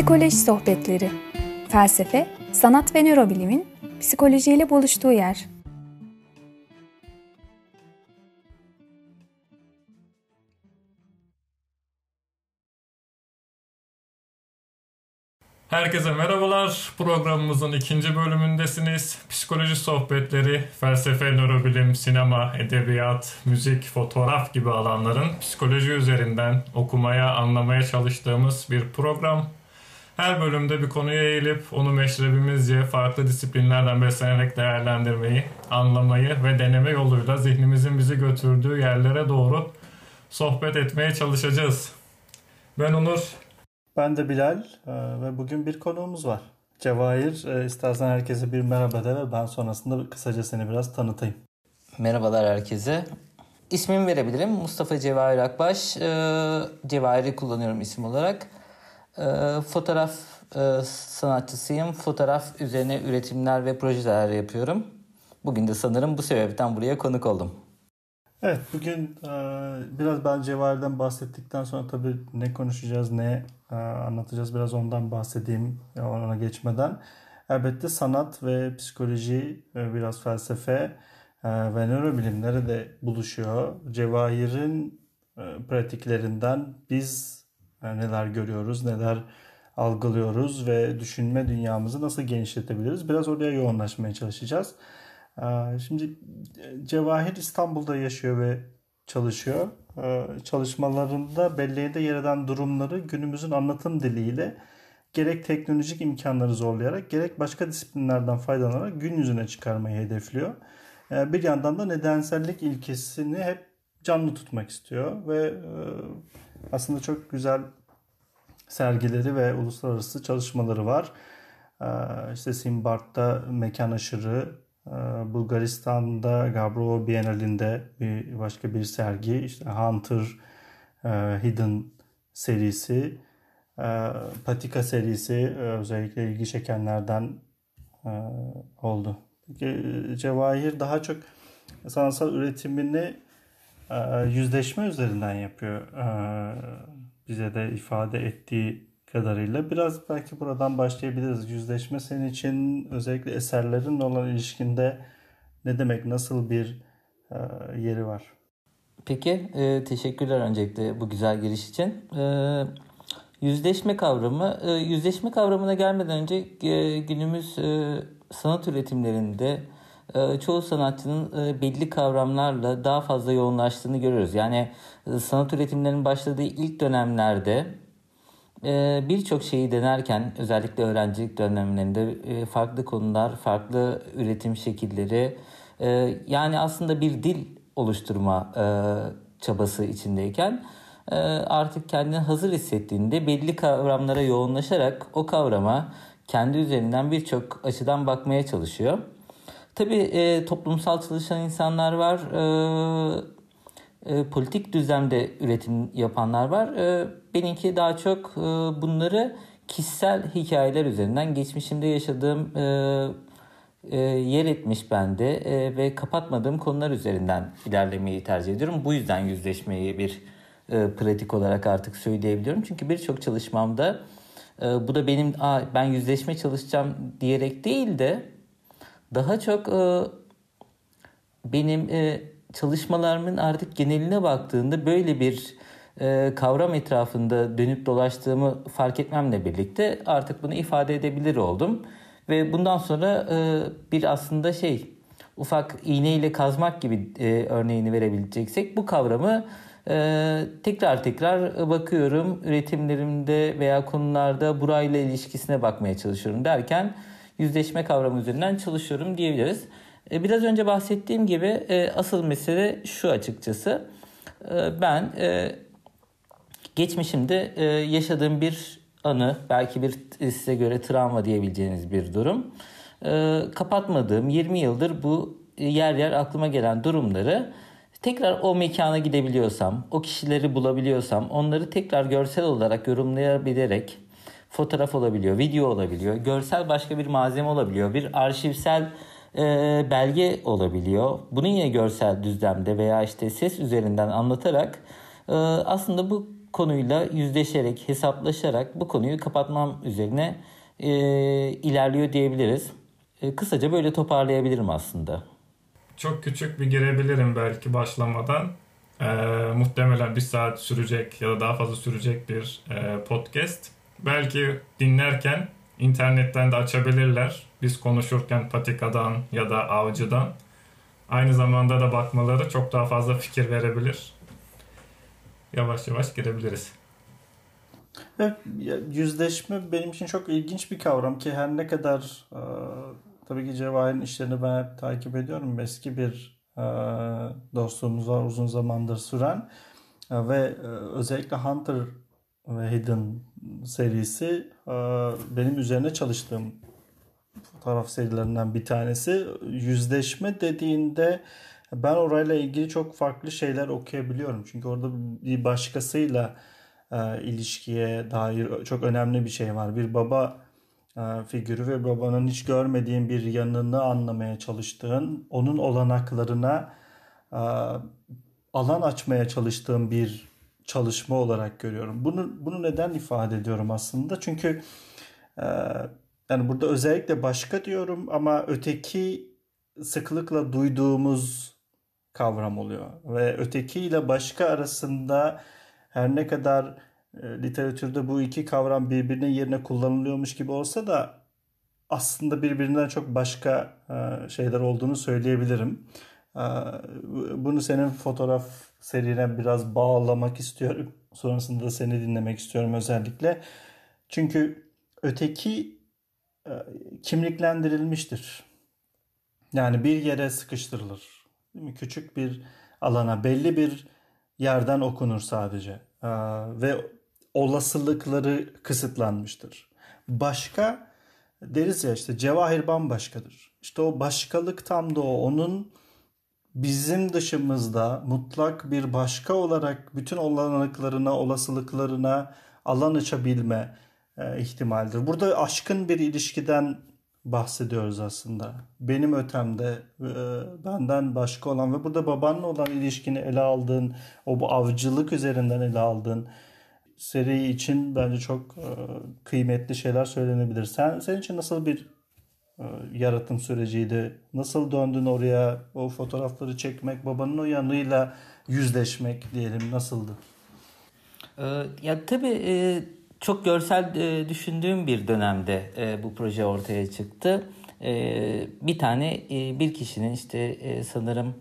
Psikoloji sohbetleri. Felsefe, sanat ve nörobilimin psikolojiyle buluştuğu yer. Herkese merhabalar. Programımızın ikinci bölümündesiniz. Psikoloji sohbetleri, felsefe, nörobilim, sinema, edebiyat, müzik, fotoğraf gibi alanların psikoloji üzerinden okumaya, anlamaya çalıştığımız bir program. Her bölümde bir konuya eğilip onu meşrebimizce farklı disiplinlerden beslenerek değerlendirmeyi, anlamayı ve deneme yoluyla zihnimizin bizi götürdüğü yerlere doğru sohbet etmeye çalışacağız. Ben Onur. Ben de Bilal ve bugün bir konuğumuz var. Cevahir, istersen herkese bir merhaba de ve ben sonrasında kısaca seni biraz tanıtayım. Merhabalar herkese. İsmimi verebilirim. Mustafa Cevahir Akbaş. Cevahir'i kullanıyorum isim olarak. Fotoğraf sanatçısıyım. Fotoğraf üzerine üretimler ve projeler yapıyorum. Bugün de sanırım bu sebepten buraya konuk oldum. Evet, bugün biraz ben Cevahir'den bahsettikten sonra tabii ne konuşacağız, ne anlatacağız biraz ondan bahsedeyim ona geçmeden. Elbette sanat ve psikoloji, biraz felsefe ve nörobilimleri de buluşuyor. Cevahir'in pratiklerinden biz neler görüyoruz, neler algılıyoruz ve düşünme dünyamızı nasıl genişletebiliriz? Biraz oraya yoğunlaşmaya çalışacağız. Şimdi Cevahir İstanbul'da yaşıyor ve çalışıyor. Çalışmalarında belleğinde yer eden durumları günümüzün anlatım diliyle gerek teknolojik imkanları zorlayarak gerek başka disiplinlerden faydalanarak gün yüzüne çıkarmayı hedefliyor. Bir yandan da nedensellik ilkesini hep canlı tutmak istiyor ve aslında çok güzel sergileri ve uluslararası çalışmaları var. İşte Simbart'ta Mekan Aşırı, Bulgaristan'da Gabrovo Bienalinde başka bir sergi, işte Hunter, Hidden serisi, Patika serisi özellikle ilgi çekenlerden oldu. Cevahir daha çok sanatsal üretimini yüzleşme üzerinden yapıyor. Bize de ifade ettiği kadarıyla. Biraz belki buradan başlayabiliriz. Yüzleşme senin için özellikle eserlerinle olan ilişkinde ne demek, nasıl bir yeri var? Peki, teşekkürler öncelikle bu güzel giriş için. Yüzleşme kavramına gelmeden önce günümüz sanat üretimlerinde çoğu sanatçının belli kavramlarla daha fazla yoğunlaştığını görüyoruz. Yani sanat üretimlerinin başladığı ilk dönemlerde birçok şeyi denerken özellikle öğrencilik dönemlerinde farklı konular, farklı üretim şekilleri yani aslında bir dil oluşturma çabası içindeyken artık kendini hazır hissettiğinde belli kavramlara yoğunlaşarak o kavrama kendi üzerinden birçok açıdan bakmaya çalışıyor. Tabii toplumsal çalışan insanlar var, politik düzlemde üretim yapanlar var. Benimki daha çok bunları kişisel hikayeler üzerinden geçmişimde yaşadığım yer etmiş bende ve kapatmadığım konular üzerinden ilerlemeyi tercih ediyorum. Bu yüzden yüzleşmeyi bir pratik olarak artık söyleyebiliyorum. Çünkü birçok çalışmamda bu da benim ben yüzleşme çalışacağım diyerek değil de daha çok benim çalışmalarımın artık geneline baktığında böyle bir kavram etrafında dönüp dolaştığımı fark etmemle birlikte artık bunu ifade edebilir oldum. Ve bundan sonra bir aslında ufak iğneyle kazmak gibi örneğini verebileceksek bu kavramı tekrar bakıyorum. Üretimlerimde veya konularda burayla ilişkisine bakmaya çalışıyorum derken yüzleşme kavramı üzerinden çalışıyorum diyebiliriz. Biraz önce bahsettiğim gibi asıl mesele şu açıkçası. Ben geçmişimde yaşadığım bir anı, belki bir size göre travma diyebileceğiniz bir durum. Kapatmadığım 20 yıldır bu yer yer aklıma gelen durumları tekrar o mekana gidebiliyorsam, o kişileri bulabiliyorsam, onları tekrar görsel olarak yorumlayabilerek fotoğraf olabiliyor, video olabiliyor, görsel başka bir malzeme olabiliyor, bir arşivsel belge olabiliyor. Bunu yine görsel düzlemde veya ses üzerinden anlatarak aslında bu konuyla yüzleşerek, hesaplaşarak bu konuyu kapatmam üzerine ilerliyor diyebiliriz. Kısaca böyle toparlayabilirim aslında. Çok küçük bir girebilirim belki başlamadan. Muhtemelen 1 saat sürecek ya da daha fazla sürecek bir podcast. Belki dinlerken internetten de açabilirler. Biz konuşurken Patika'dan ya da Avcı'dan. Aynı zamanda da bakmaları çok daha fazla fikir verebilir. Yavaş yavaş girebiliriz. Evet, yüzleşme benim için çok ilginç bir kavram ki her ne kadar tabii ki Cevahir'in işlerini ben hep takip ediyorum. Eski bir dostluğumuz var uzun zamandır süren ve özellikle Hunter ve Hidden serisi benim üzerine çalıştığım fotoğraf serilerinden bir tanesi. Yüzleşme dediğinde ben orayla ilgili çok farklı şeyler okuyabiliyorum. Çünkü orada bir başkasıyla ilişkiye dair çok önemli bir şey var. Bir baba figürü ve babanın hiç görmediğin bir yanını anlamaya çalıştığın, onun olanaklarına alan açmaya çalıştığım bir çalışma olarak görüyorum. Bunu neden ifade ediyorum aslında? Çünkü yani burada özellikle başka diyorum ama öteki sıklıkla duyduğumuz kavram oluyor. Ve öteki ile başka arasında her ne kadar literatürde bu iki kavram birbirinin yerine kullanılıyormuş gibi olsa da aslında birbirinden çok başka şeyler olduğunu söyleyebilirim. Bunu senin fotoğraf serine biraz bağlamak istiyorum. Sonrasında da seni dinlemek istiyorum özellikle. Çünkü öteki kimliklendirilmiştir. Yani bir yere sıkıştırılır. Değil mi? Küçük bir alana, belli bir yerden okunur sadece. Ve olasılıkları kısıtlanmıştır. Başka deriz ya işte Cevahir bambaşkadır. İşte o başkalık tam da o. Onun bizim dışımızda mutlak bir başka olarak bütün olanaklarına, olasılıklarına alan açabilme ihtimaldir. Burada aşkın bir ilişkiden bahsediyoruz aslında. Benim ötemde benden başka olan ve burada babanla olan ilişkini ele aldığın, bu avcılık üzerinden ele aldığın seri için bence çok kıymetli şeyler söylenebilir. Senin için nasıl bir yaratım süreciydi? Nasıl döndün oraya? O fotoğrafları çekmek, babanın o yanıyla yüzleşmek diyelim nasıldı? Ya tabii çok görsel düşündüğüm bir dönemde bu proje ortaya çıktı. Bir tane bir kişinin işte sanırım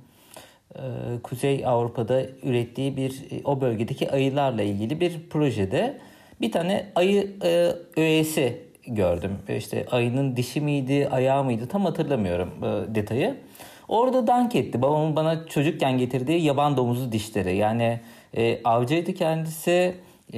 Kuzey Avrupa'da ürettiği bir o bölgedeki ayılarla ilgili bir projede bir tane ayı öğesi gördüm. İşte ayının dişi miydi, ayağı mıydı tam hatırlamıyorum detayı. Orada dank etti. Babamın bana çocukken getirdiği yaban domuzu dişleri. Yani avcıydı kendisi.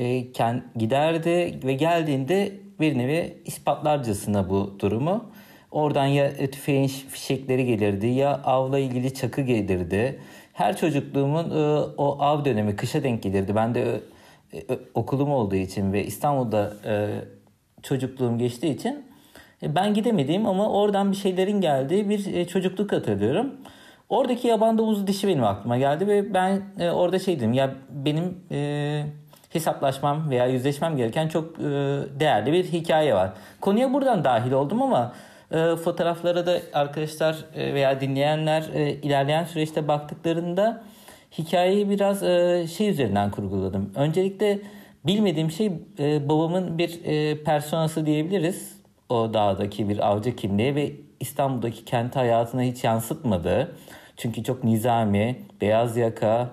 Giderdi ve geldiğinde bir nevi ispatlarcasına bu durumu. Oradan ya tüfeğin fişekleri gelirdi ya avla ilgili çakı gelirdi. Her çocukluğumun o av dönemi kışa denk gelirdi. Ben de okulum olduğu için ve İstanbul'da çocukluğum geçtiği için ben gidemediğim ama oradan bir şeylerin geldiği bir çocukluk hatırlıyorum. Oradaki yaban domuzu dişi benim aklıma geldi ve ben orada şey dedim ya benim hesaplaşmam veya yüzleşmem gereken çok değerli bir hikaye var. Konuya buradan dahil oldum ama fotoğraflara da arkadaşlar veya dinleyenler ilerleyen süreçte baktıklarında hikayeyi biraz şey üzerinden kurguladım. Öncelikle bilmediğim şey babamın bir personası diyebiliriz. O dağdaki bir avcı kimliği ve İstanbul'daki kent hayatına hiç yansıtmadı. Çünkü çok nizami, beyaz yaka,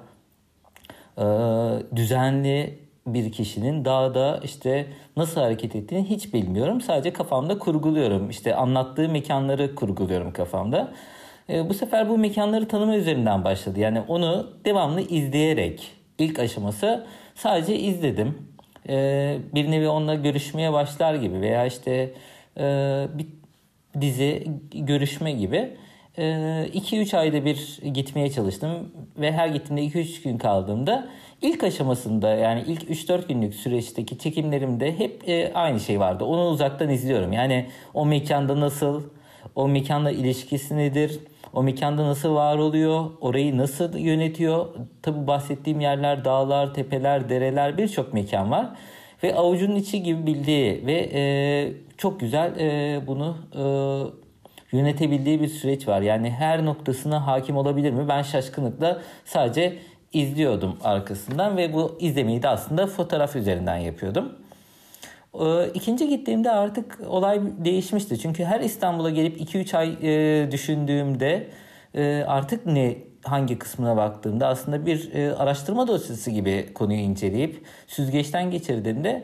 düzenli bir kişinin dağda işte nasıl hareket ettiğini hiç bilmiyorum. Sadece kafamda kurguluyorum. İşte anlattığı mekanları kurguluyorum kafamda. Bu sefer bu mekanları tanıma üzerinden başladı. Yani onu devamlı izleyerek ilk aşaması sadece izledim. Bir nevi onunla görüşmeye başlar gibi veya işte bir dizi görüşme gibi 2-3 ayda bir gitmeye çalıştım ve her gittiğimde 2-3 gün kaldığımda ilk aşamasında yani ilk 3-4 günlük süreçteki çekimlerimde hep aynı şey vardı. Onu uzaktan izliyorum. Yani o mekanda nasıl, o mekanla ilişkisi nedir, o mekanda nasıl var oluyor, orayı nasıl yönetiyor. Tabii bahsettiğim yerler dağlar, tepeler, dereler, birçok mekan var. Ve avucunun içi gibi bildiği ve çok güzel bunu yönetebildiği bir süreç var. Yani her noktasına hakim olabilir mi? Ben şaşkınlıkla sadece izliyordum arkasından ve bu izlemeyi de aslında fotoğraf üzerinden yapıyordum. İkinci gittiğimde artık olay değişmişti. Çünkü her İstanbul'a gelip 2-3 ay düşündüğümde artık hangi kısmına baktığımda aslında bir araştırma dosyası gibi konuyu inceleyip süzgeçten geçirdiğimde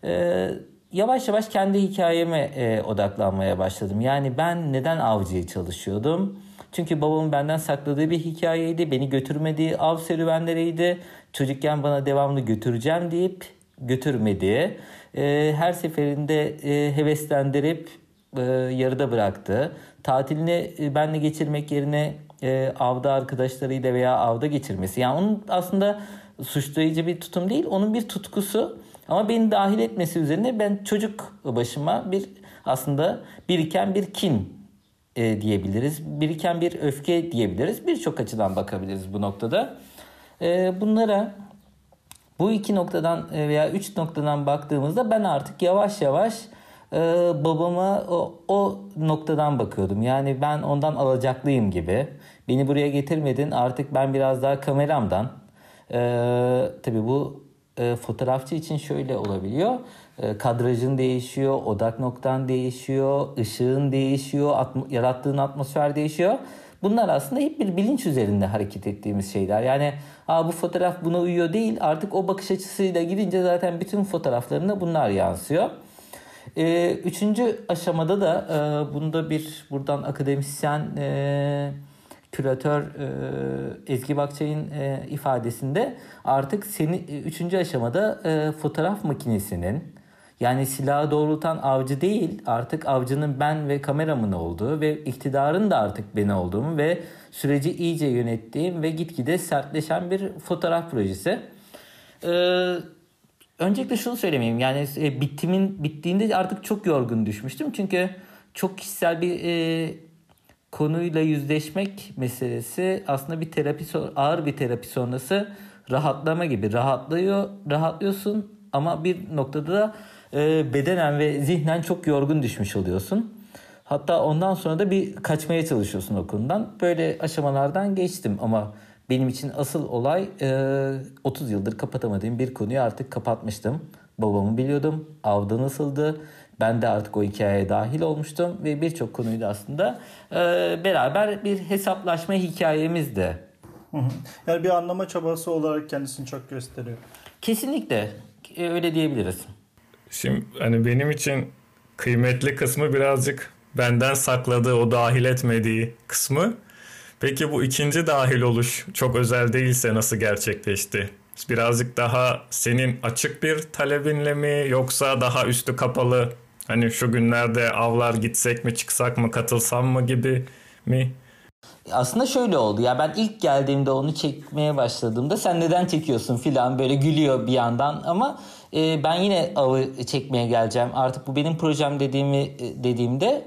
yavaş yavaş kendi hikayeme odaklanmaya başladım. Yani ben neden avcıya çalışıyordum? Çünkü babamın benden sakladığı bir hikayeydi. Beni götürmediği av serüvenleriydi. Çocukken bana devamlı götüreceğim deyip götürmediği, her seferinde heveslendirip yarıda bıraktı. Tatilini benle geçirmek yerine avda arkadaşlarıyla veya avda geçirmesi. Yani onun aslında suçlayıcı bir tutum değil, onun bir tutkusu. Ama beni dahil etmesi üzerine ben çocuk başıma bir aslında biriken bir kin diyebiliriz. Biriken bir öfke diyebiliriz. Birçok açıdan bakabiliriz bu noktada. Bunlara bu iki noktadan veya üç noktadan baktığımızda ben artık yavaş yavaş babama o noktadan bakıyordum. Yani ben ondan alacaklıyım gibi. Beni buraya getirmedin, artık ben biraz daha kameramdan. Tabii bu fotoğrafçı için şöyle olabiliyor. Kadrajın değişiyor, odak noktan değişiyor, ışığın değişiyor, yarattığın atmosfer değişiyor. Bunlar aslında hep bir bilinç üzerinde hareket ettiğimiz şeyler. Yani bu fotoğraf buna uyuyor değil, artık o bakış açısıyla gidince zaten bütün fotoğraflarında bunlar yansıyor. Üçüncü aşamada da bunda bir buradan akademisyen küratör Ezgi Bakçay'ın ifadesinde artık üçüncü aşamada fotoğraf makinesinin, yani silahı doğrultan avcı değil, artık avcının ben ve kameramın olduğu ve iktidarın da artık ben olduğumu ve süreci iyice yönettiğim ve gitgide sertleşen bir fotoğraf projesi. Öncelikle şunu söylemeyeyim, yani bittiğinde artık çok yorgun düşmüştüm. Çünkü çok kişisel bir konuyla yüzleşmek meselesi aslında bir ağır bir terapi sonrası rahatlama gibi. Rahatlıyorsun ama bir noktada da bedenen ve zihnen çok yorgun düşmüş oluyorsun. Hatta ondan sonra da bir kaçmaya çalışıyorsun o konudan. Böyle aşamalardan geçtim ama benim için asıl olay 30 yıldır kapatamadığım bir konuyu artık kapatmıştım. Babamı biliyordum, avda nasıldı. Ben de artık o hikayeye dahil olmuştum ve birçok konuyu da aslında beraber bir hesaplaşma hikayemizdi. Yani bir anlama çabası olarak kendisini çok gösteriyor. Kesinlikle öyle diyebiliriz. Şimdi hani benim için kıymetli kısmı birazcık benden sakladığı, o dahil etmediği kısmı. Peki bu ikinci dahil oluş çok özel değilse nasıl gerçekleşti? Birazcık daha senin açık bir talebinle mi, yoksa daha üstü kapalı, hani şu günlerde avlar gitsek mi, çıksak mı, katılsam mı gibi mi? Aslında şöyle oldu ya, ben ilk geldiğimde onu çekmeye başladığımda sen neden çekiyorsun filan böyle gülüyor bir yandan, ama ben yine avı çekmeye geleceğim artık, bu benim projem dediğimde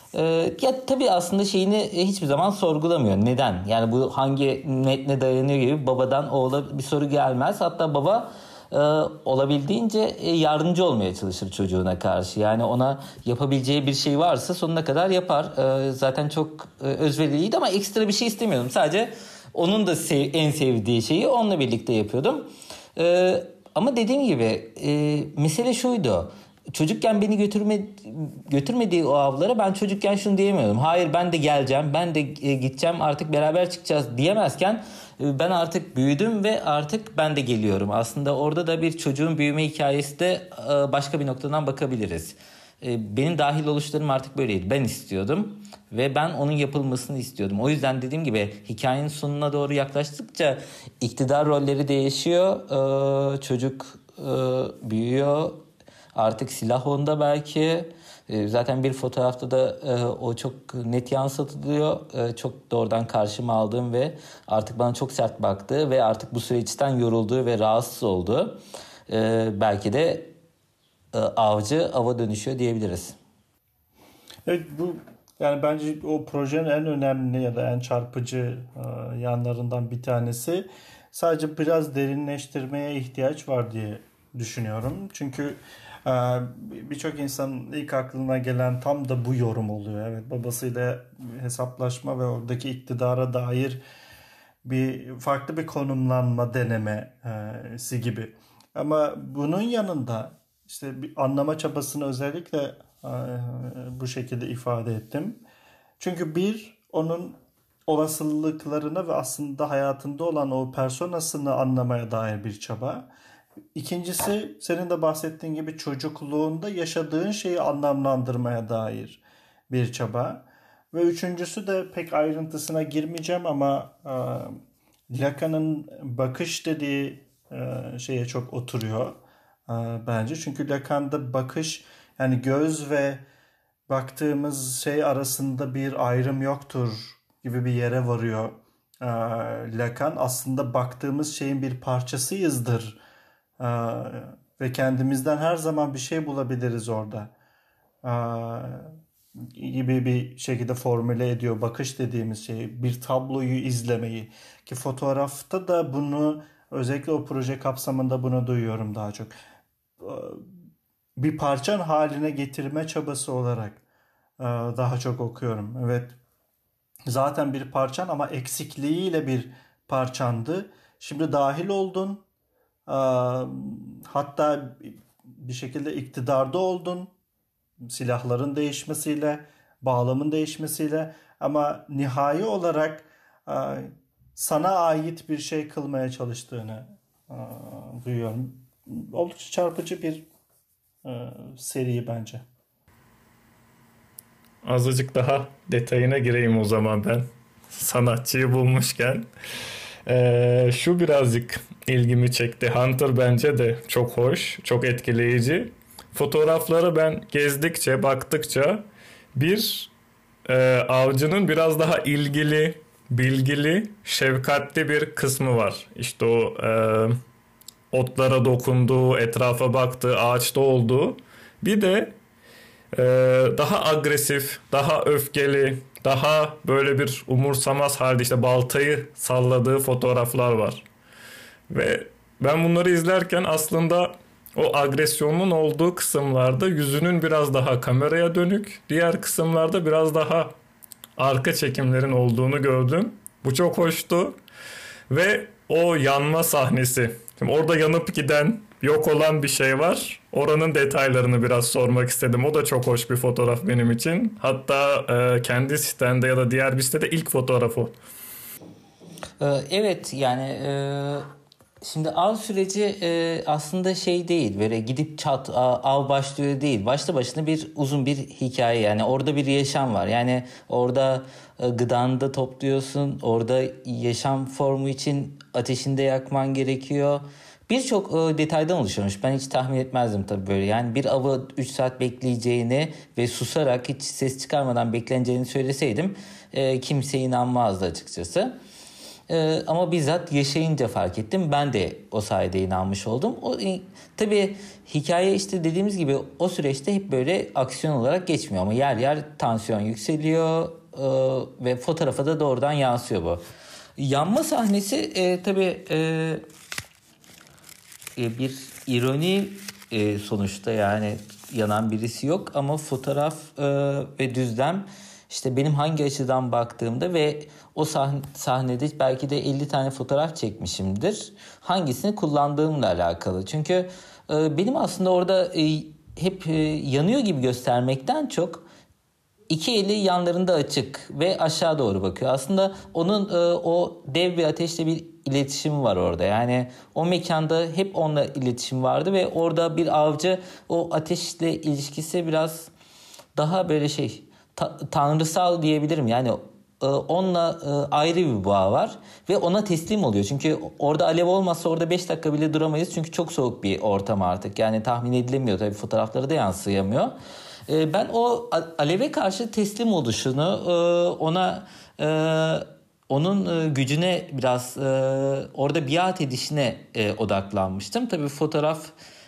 ya tabii aslında şeyini hiçbir zaman sorgulamıyor. Neden? Yani bu hangi metne dayanıyor gibi babadan oğula bir soru gelmez. Hatta baba olabildiğince yardımcı olmaya çalışır çocuğuna karşı. Yani ona yapabileceği bir şey varsa sonuna kadar yapar. Zaten çok özveriliydi ama ekstra bir şey istemiyordum. Sadece onun da en sevdiği şeyi onunla birlikte yapıyordum. Ama dediğim gibi mesele şuydu. Çocukken beni götürmediği o avlara ben çocukken şunu diyemiyordum. Hayır, ben de geleceğim, ben de gideceğim, artık beraber çıkacağız diyemezken ben artık büyüdüm ve artık ben de geliyorum. Aslında orada da bir çocuğun büyüme hikayesi de başka bir noktadan bakabiliriz. Benim dahil oluşlarım artık böyleydi. Ben istiyordum ve ben onun yapılmasını istiyordum. O yüzden dediğim gibi hikayenin sonuna doğru yaklaştıkça iktidar rolleri değişiyor. Çocuk büyüyor. Artık silah onda belki. Zaten bir fotoğrafta da o çok net yansıtılıyor. Çok doğrudan karşıma aldığım ve artık bana çok sert baktığı ve artık bu süreçten yorulduğu ve rahatsız olduğu. Belki de avcı ava dönüşüyor diyebiliriz. Evet, bu Yani bence o projenin en önemli ya da en çarpıcı yanlarından bir tanesi, sadece biraz derinleştirmeye ihtiyaç var diye düşünüyorum. Çünkü e, birçok insanın ilk aklına gelen tam da bu yorum oluyor. Evet, babasıyla hesaplaşma ve oradaki iktidara dair farklı bir konumlanma denemesi gibi. Ama bunun yanında işte bir anlama çabasını özellikle e, bu şekilde ifade ettim. Çünkü onun olasılıklarını ve aslında hayatında olan o personasını anlamaya dair bir çaba. İkincisi, senin de bahsettiğin gibi çocukluğunda yaşadığın şeyi anlamlandırmaya dair bir çaba. Ve üçüncüsü de pek ayrıntısına girmeyeceğim ama Lacan'ın bakış dediği şeye çok oturuyor bence. Çünkü Lacan'da bakış, yani göz ve baktığımız şey arasında bir ayrım yoktur gibi bir yere varıyor. Lacan aslında baktığımız şeyin bir parçasıyızdır ve kendimizden her zaman bir şey bulabiliriz orada gibi bir şekilde formüle ediyor bakış dediğimiz şeyi, bir tabloyu izlemeyi. Ki fotoğrafta da bunu, özellikle o proje kapsamında bunu duyuyorum daha çok. Bir parçan haline getirme çabası olarak daha çok okuyorum. Evet, zaten bir parçan ama eksikliğiyle bir parçandı. Şimdi dahil oldun. Hatta bir şekilde iktidarda oldun. Silahların değişmesiyle, bağlamın değişmesiyle, ama nihai olarak sana ait bir şey kılmaya çalıştığını duyuyorum. Oldukça çarpıcı bir seri bence. Azıcık daha detayına gireyim o zaman ben. Sanatçıyı bulmuşken. Şu birazcık ilgimi çekti. Hunter bence de çok hoş, çok etkileyici. Fotoğrafları ben gezdikçe, baktıkça bir avcının biraz daha ilgili, bilgili, şefkatli bir kısmı var. İşte o otlara dokunduğu, etrafa baktığı, ağaçta olduğu. Bir de daha agresif, daha öfkeli, daha böyle bir umursamaz halde işte baltayı salladığı fotoğraflar var. Ve ben bunları izlerken aslında o agresyonun olduğu kısımlarda yüzünün biraz daha kameraya dönük, diğer kısımlarda biraz daha arka çekimlerin olduğunu gördüm. Bu çok hoştu. Ve o yanma sahnesi. Şimdi orada yanıp giden, yok olan bir şey var. Oranın detaylarını biraz sormak istedim. O da çok hoş bir fotoğraf benim için. Hatta kendi sitemde ya da diğer bir sitede ilk fotoğraf o. Evet, yani şimdi av süreci aslında şey değil, böyle gidip çat av başlıyor değil. Başlı başına bir uzun bir hikaye, yani orada bir yaşam var. Yani orada gıdanı da topluyorsun, orada yaşam formu için ateşinde yakman gerekiyor. Birçok detaydan oluşuyormuş. Ben hiç tahmin etmezdim tabii böyle. Yani bir avı 3 saat bekleyeceğini ve susarak hiç ses çıkarmadan bekleneceğini söyleseydim kimse inanmazdı açıkçası. Ama bizzat yaşayınca fark ettim. Ben de o sayede inanmış oldum. Tabii hikaye işte dediğimiz gibi o süreçte hep böyle aksiyon olarak geçmiyor. Ama yer yer tansiyon yükseliyor ve fotoğrafa da doğrudan yansıyor bu. Yanma sahnesi tabii bir ironi sonuçta, yani yanan birisi yok ama fotoğraf ve düzlem işte benim hangi açıdan baktığımda ve o sahnede belki de 50 tane fotoğraf çekmişimdir. Hangisini kullandığımla alakalı. Çünkü benim aslında orada hep yanıyor gibi göstermekten çok iki eli yanlarında açık ve aşağı doğru bakıyor. Aslında onun o dev bir ateşle bir iletişimi var orada. Yani o mekanda hep onunla iletişim vardı ve orada bir avcı, o ateşle ilişkisi biraz daha böyle tanrısal diyebilirim. Yani onunla ayrı bir bağ var ve ona teslim oluyor. Çünkü orada alev olmazsa orada 5 dakika bile duramayız. Çünkü çok soğuk bir ortam artık. Yani tahmin edilemiyor. Tabii fotoğrafları da yansıyamıyor. Ben o aleve karşı teslim oluşunu, onun gücüne biraz orada biat edişine odaklanmıştım. Tabii fotoğraf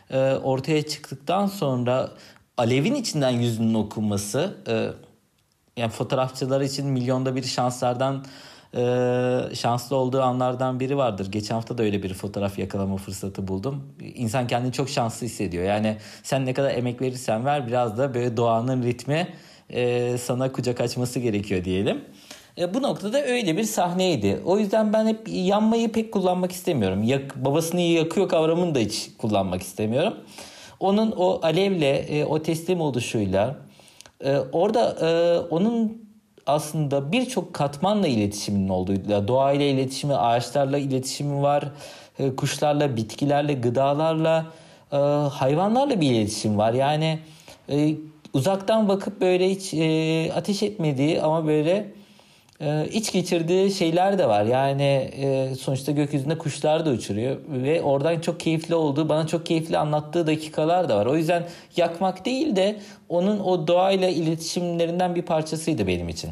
ortaya çıktıktan sonra alevin içinden yüzünün okunması yani fotoğrafçılar için milyonda bir şanslardan şanslı olduğu anlardan biri vardır. Geçen hafta da öyle bir fotoğraf yakalama fırsatı buldum. İnsan kendini çok şanslı hissediyor. Yani sen ne kadar emek verirsen ver, biraz da böyle doğanın ritmi sana kucak açması gerekiyor diyelim. Bu noktada öyle bir sahneydi. O yüzden ben hep yanmayı pek kullanmak istemiyorum. Babasını yakıyor kavramını da hiç kullanmak istemiyorum. Onun o alevle, o teslim oluşuyla, orada onun aslında birçok katmanla iletişiminin olduğu, doğayla iletişimi, ağaçlarla iletişimi var, kuşlarla, bitkilerle, gıdalarla, hayvanlarla bir iletişim var. Yani uzaktan bakıp böyle hiç ateş etmediği ama böyle iç geçirdiği şeyler de var. Yani sonuçta gökyüzünde kuşlar da uçuruyor ve oradan çok keyifli olduğu, bana çok keyifli anlattığı dakikalar da var. O yüzden yakmak değil de onun o doğayla iletişimlerinden bir parçasıydı benim için.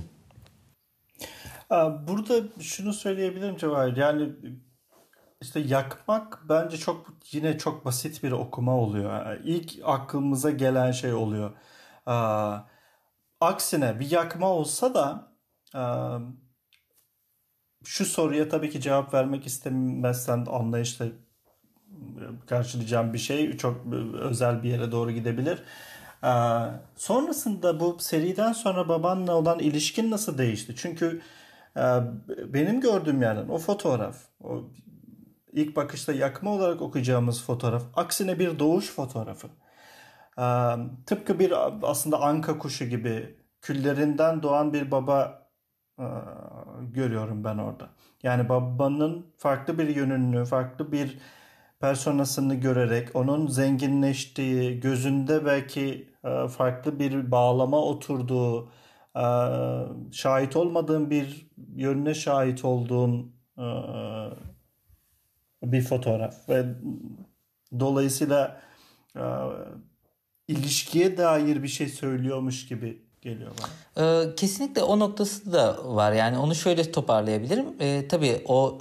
Burada şunu söyleyebilirim Cevahir. Yani işte yakmak bence yine çok basit bir okuma oluyor. Yani İlk aklımıza gelen şey oluyor. Aksine bir yakma olsa da şu soruya tabii ki cevap vermek istemezsen anlayışla karşılayacağım bir şey çok özel bir yere doğru gidebilir. Sonrasında bu seriden sonra babanla olan ilişkin nasıl değişti? Çünkü benim gördüğüm yerden o fotoğraf, o ilk bakışta yakma olarak okuyacağımız fotoğraf, aksine bir doğuş fotoğrafı. Tıpkı bir aslında anka kuşu gibi küllerinden doğan bir baba görüyorum ben orada. Yani babanın farklı bir yönünü, farklı bir personasını görerek onun zenginleştiği, gözünde belki farklı bir bağlama oturduğu, şahit olmadığın bir yönüne şahit olduğun bir fotoğraf ve dolayısıyla ilişkiye dair bir şey söylüyormuş gibi geliyor bana. Kesinlikle o noktası da var. Yani onu şöyle toparlayabilirim. Tabii o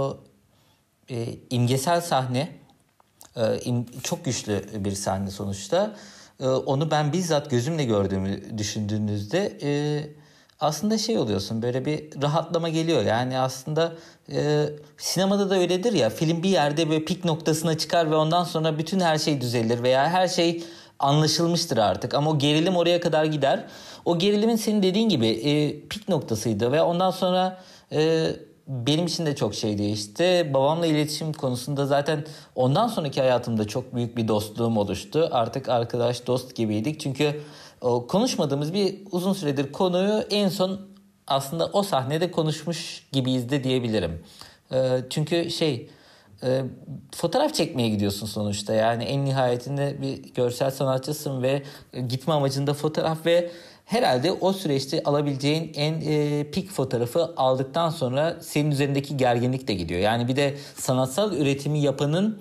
imgesel sahne çok güçlü bir sahne sonuçta. Onu ben bizzat gözümle gördüğümü düşündüğünüzde aslında şey oluyorsun, böyle bir rahatlama geliyor. Yani aslında sinemada da öyledir ya, film bir yerde böyle pik noktasına çıkar ve ondan sonra bütün her şey düzelir veya her şey anlaşılmıştır artık. Ama o gerilim oraya kadar gider. O gerilimin senin dediğin gibi pik noktasıydı ve ondan sonra benim için de çok şey değişti. Babamla iletişim konusunda zaten ondan sonraki hayatımda çok büyük bir dostluğum oluştu. Artık arkadaş, dost gibiydik. Çünkü konuşmadığımız bir uzun süredir konuyu en son aslında o sahnede konuşmuş gibiyiz de diyebilirim. Çünkü fotoğraf çekmeye gidiyorsun sonuçta. Yani en nihayetinde bir görsel sanatçısın ve gitme amacında fotoğraf ve herhalde o süreçte alabileceğin en pik fotoğrafı aldıktan sonra senin üzerindeki gerginlik de gidiyor. Yani bir de sanatsal üretimi yapanın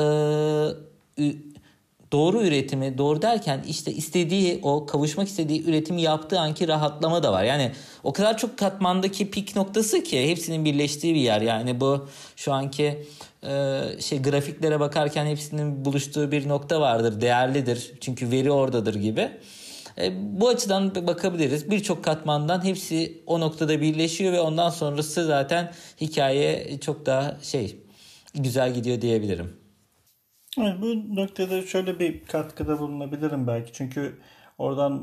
doğru üretimi, doğru derken işte kavuşmak istediği üretimi yaptığı anki rahatlama da var. Yani o kadar çok katmandaki pik noktası ki hepsinin birleştiği bir yer. Yani bu şu anki grafiklere bakarken hepsinin buluştuğu bir nokta vardır. Değerlidir. Çünkü veri oradadır gibi. Bu açıdan bakabiliriz. Birçok katmandan hepsi o noktada birleşiyor ve ondan sonrası zaten hikaye çok daha güzel gidiyor diyebilirim. Evet, bu noktada şöyle bir katkıda bulunabilirim belki. Çünkü oradan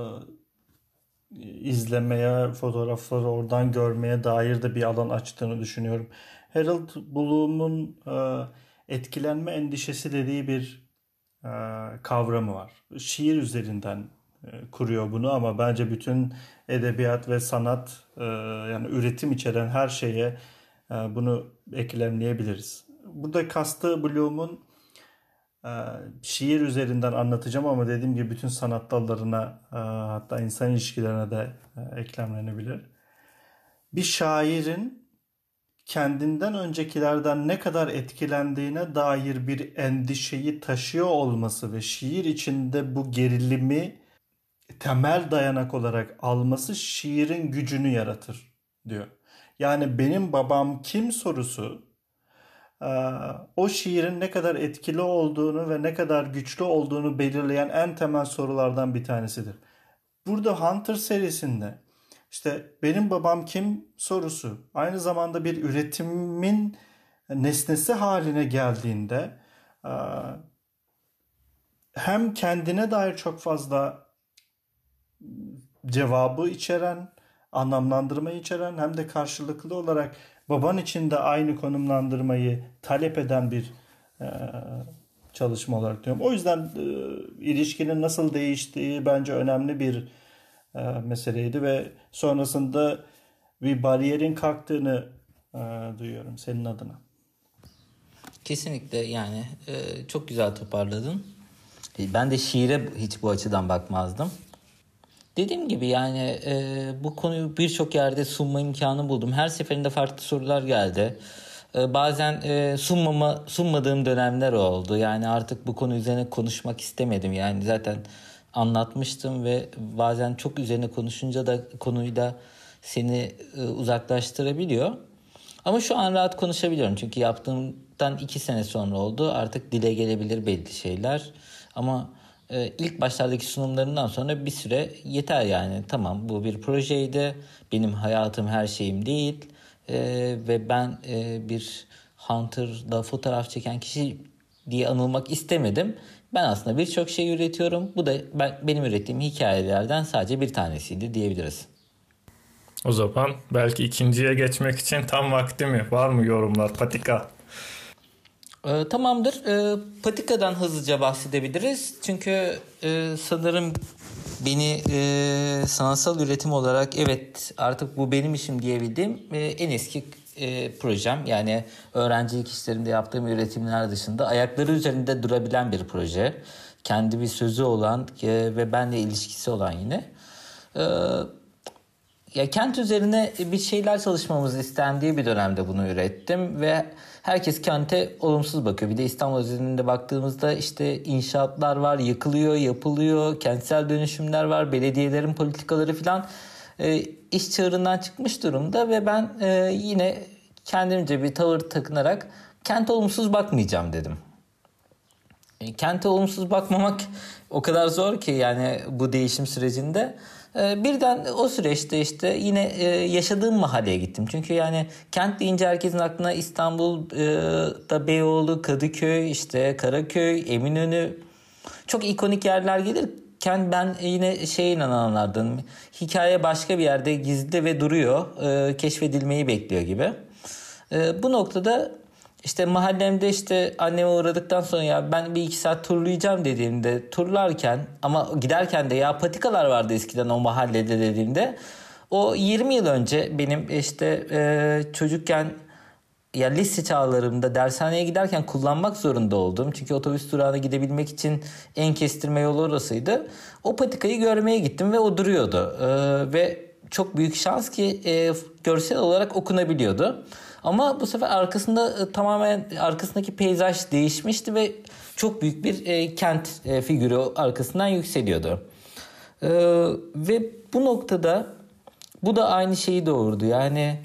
izlemeye, fotoğrafları oradan görmeye dair de bir alan açtığını düşünüyorum. Harold Bloom'un etkilenme endişesi dediği bir kavramı var. Şiir üzerinden kuruyor bunu ama bence bütün edebiyat ve sanat yani üretim içeren her şeye bunu eklemleyebiliriz. Burada kastı Bloom'un şiir üzerinden anlatacağım ama dediğim gibi bütün sanat dallarına hatta insan ilişkilerine de eklemlenebilir. Bir şairin kendinden öncekilerden ne kadar etkilendiğine dair bir endişeyi taşıyor olması ve şiir içinde bu gerilimi temel dayanak olarak alması şiirin gücünü yaratır diyor. Yani benim babam kim sorusu o şiirin ne kadar etkili olduğunu ve ne kadar güçlü olduğunu belirleyen en temel sorulardan bir tanesidir. Burada Hunter serisinde İşte benim babam kim sorusu aynı zamanda bir üretimin nesnesi haline geldiğinde hem kendine dair çok fazla cevabı içeren, anlamlandırmayı içeren hem de karşılıklı olarak baban için de aynı konumlandırmayı talep eden bir çalışma olarak diyorum. O yüzden ilişkinin nasıl değiştiği bence önemli bir meseleydi ve sonrasında bir bariyerin kalktığını duyuyorum senin adına. Kesinlikle yani çok güzel toparladın. Ben de şiire hiç bu açıdan bakmazdım. Dediğim gibi yani bu konuyu birçok yerde sunma imkanı buldum. Her seferinde farklı sorular geldi. Bazen sunmadığım dönemler oldu. Yani artık bu konu üzerine konuşmak istemedim. Yani zaten anlatmıştım ve bazen çok üzerine konuşunca da konuyu da seni uzaklaştırabiliyor. Ama şu an rahat konuşabiliyorum. Çünkü yaptığımdan 2 sene sonra oldu. Artık dile gelebilir belli şeyler. Ama ilk başlardaki sunumlarından sonra bir süre yeter yani. Tamam, bu bir projeydi. Benim hayatım her şeyim değil. Ve ben bir Hunter'da fotoğraf çeken kişi diye anılmak istemedim. Ben aslında birçok şey üretiyorum. Bu da benim ürettiğim hikayelerden sadece bir tanesiydi diyebiliriz. O zaman belki ikinciye geçmek için tam vakti mi? Var mı yorumlar? Patika. Tamamdır. Patika'dan hızlıca bahsedebiliriz. Çünkü sanırım beni sanatsal üretim olarak evet artık bu benim işim diyebildiğim en eski projem. Yani öğrencilik işlerinde yaptığım üretimler dışında ayakları üzerinde durabilen bir proje. Kendi bir sözü olan ve benimle ilişkisi olan yine. Ya kent üzerine bir şeyler çalışmamız istendiği bir dönemde bunu ürettim ve herkes kente olumsuz bakıyor. Bir de İstanbul üzerinde baktığımızda işte inşaatlar var, yıkılıyor, yapılıyor, kentsel dönüşümler var, belediyelerin politikaları falan iş çığırından çıkmış durumda ve ben yine kendimce bir tavır takınarak kente olumsuz bakmayacağım dedim. Kente olumsuz bakmamak o kadar zor ki yani bu değişim sürecinde. Birden o süreçte işte yine yaşadığım mahalleye gittim. Çünkü yani kent deyince herkesin aklına İstanbul'da Beyoğlu, Kadıköy, işte Karaköy, Eminönü çok ikonik yerler gelirken ben yine şeye inananlardan. Hikaye başka bir yerde gizli ve duruyor. Keşfedilmeyi bekliyor gibi. Bu noktada İşte mahallemde işte anneme uğradıktan sonra ya ben bir 2 saat turlayacağım dediğimde turlarken ama giderken de ya patikalar vardı eskiden o mahallede dediğimde o 20 yıl önce benim işte çocukken ya lise çağlarımda dershaneye giderken kullanmak zorunda oldum. Çünkü otobüs durağına gidebilmek için en kestirme yolu orasıydı. O patikayı görmeye gittim ve o duruyordu. Ve çok büyük şans ki görsel olarak okunabiliyordu. Ama bu sefer arkasında tamamen arkasındaki peyzaj değişmişti ve çok büyük bir kent figürü arkasından yükseliyordu. Ve bu noktada bu da aynı şeyi doğurdu. Yani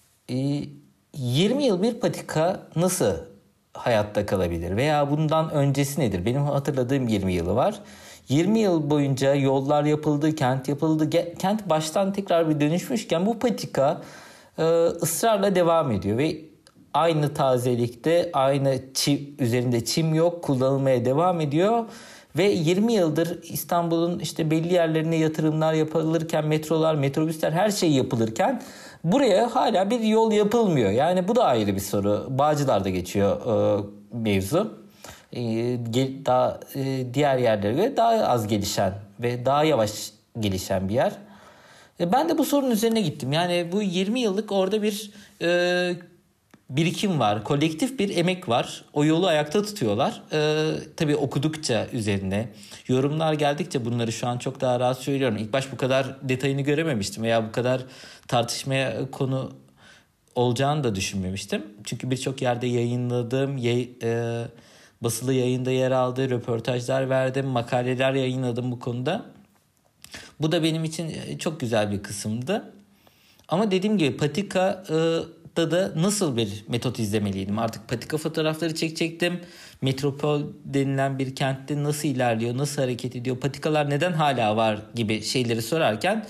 20 yıl bir patika nasıl hayatta kalabilir? Veya bundan öncesi nedir? Benim hatırladığım 20 yılı var. 20 yıl boyunca yollar yapıldı, kent yapıldı. Kent baştan tekrar bir dönüşmüşken bu patika ısrarla devam ediyor ve aynı tazelikte, aynı üzerinde çim yok, kullanılmaya devam ediyor ve 20 yıldır İstanbul'un işte belli yerlerine yatırımlar yapılırken, metrolar, metrobüsler her şey yapılırken buraya hala bir yol yapılmıyor. Yani bu da ayrı bir soru. Bağcılar'da geçiyor mevzu. Daha diğer yerlere göre daha az gelişen ve daha yavaş gelişen bir yer. Ben de bu sorunun üzerine gittim. Yani bu 20 yıllık orada bir birikim var. Kolektif bir emek var. O yolu ayakta tutuyorlar. Tabii okudukça üzerine, yorumlar geldikçe bunları şu an çok daha rahat söylüyorum. İlk baş bu kadar detayını görememiştim veya bu kadar tartışmaya konu olacağını da düşünmemiştim. Çünkü birçok yerde yayınladığım, basılı yayında yer aldı, röportajlar verdim, makaleler yayınladım bu konuda. Bu da benim için çok güzel bir kısımdı. Ama dediğim gibi patikada da nasıl bir metot izlemeliydim? Artık patika fotoğrafları çekecektim. Metropol denilen bir kentte nasıl ilerliyor, nasıl hareket ediyor, patikalar neden hala var gibi şeyleri sorarken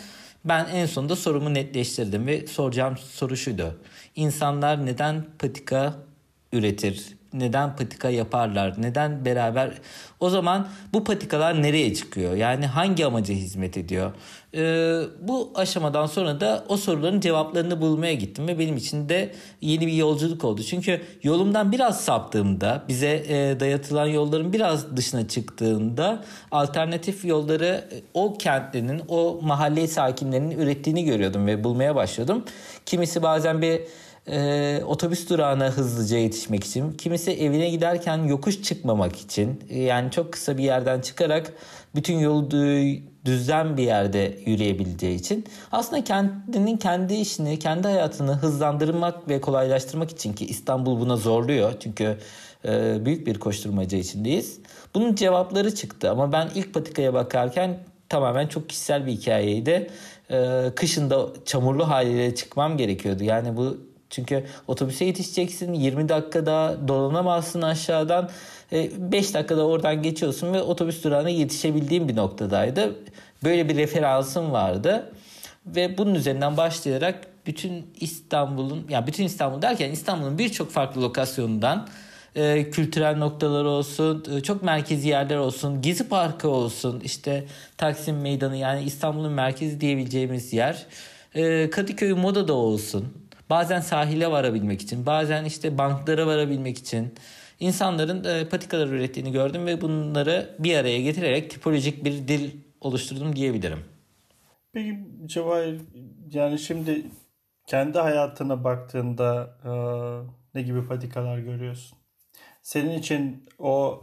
Ben en sonunda sorumu netleştirdim ve soracağım soru şuydu. İnsanlar neden patika üretir? Neden patika yaparlar? Neden beraber? O zaman bu patikalar nereye çıkıyor? Yani hangi amaca hizmet ediyor? Bu aşamadan sonra da o soruların cevaplarını bulmaya gittim ve benim için de yeni bir yolculuk oldu. Çünkü yolumdan biraz saptığımda, bize dayatılan yolların biraz dışına çıktığında alternatif yolları o kentlerin, o mahalle sakinlerinin ürettiğini görüyordum ve bulmaya başladım. Kimisi bazen bir otobüs durağına hızlıca yetişmek için, kimisi evine giderken yokuş çıkmamak için, yani çok kısa bir yerden çıkarak bütün yolu düzlen bir yerde yürüyebileceği için, aslında kendinin kendi işini, kendi hayatını hızlandırmak ve kolaylaştırmak için, ki İstanbul buna zorluyor çünkü büyük bir koşturmaca içindeyiz. Bunun cevapları çıktı ama ben ilk patikaya bakarken tamamen çok kişisel bir hikayeydi. Kışın da çamurlu haliyle çıkmam gerekiyordu. Yani bu, çünkü otobüse yetişeceksin, 20 dakikada dolanamazsın aşağıdan, 5 dakikada oradan geçiyorsun ve otobüs durağına yetişebildiğim bir noktadaydı. Böyle bir referansım vardı ve bunun üzerinden başlayarak bütün İstanbul'un, yani bütün İstanbul derken İstanbul'un birçok farklı lokasyonundan, kültürel noktalar olsun, çok merkezi yerler olsun, Gezi Parkı olsun, işte Taksim Meydanı, yani İstanbul'un merkezi diyebileceğimiz yer, Kadıköy Moda'da olsun. Bazen sahile varabilmek için, bazen işte banklara varabilmek için insanların patikalar ürettiğini gördüm ve bunları bir araya getirerek tipolojik bir dil oluşturdum diyebilirim. Peki Cevahir, yani şimdi kendi hayatına baktığında ne gibi patikalar görüyorsun? Senin için o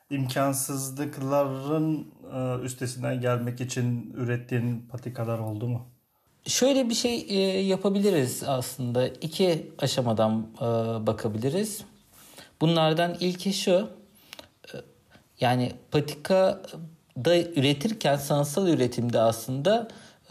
imkansızlıkların üstesinden gelmek için ürettiğin patikalar oldu mu? Şöyle bir şey yapabiliriz aslında. 2 aşamadan bakabiliriz. Bunlardan ilki şu. Yani patikada üretirken, sanatsal üretimde aslında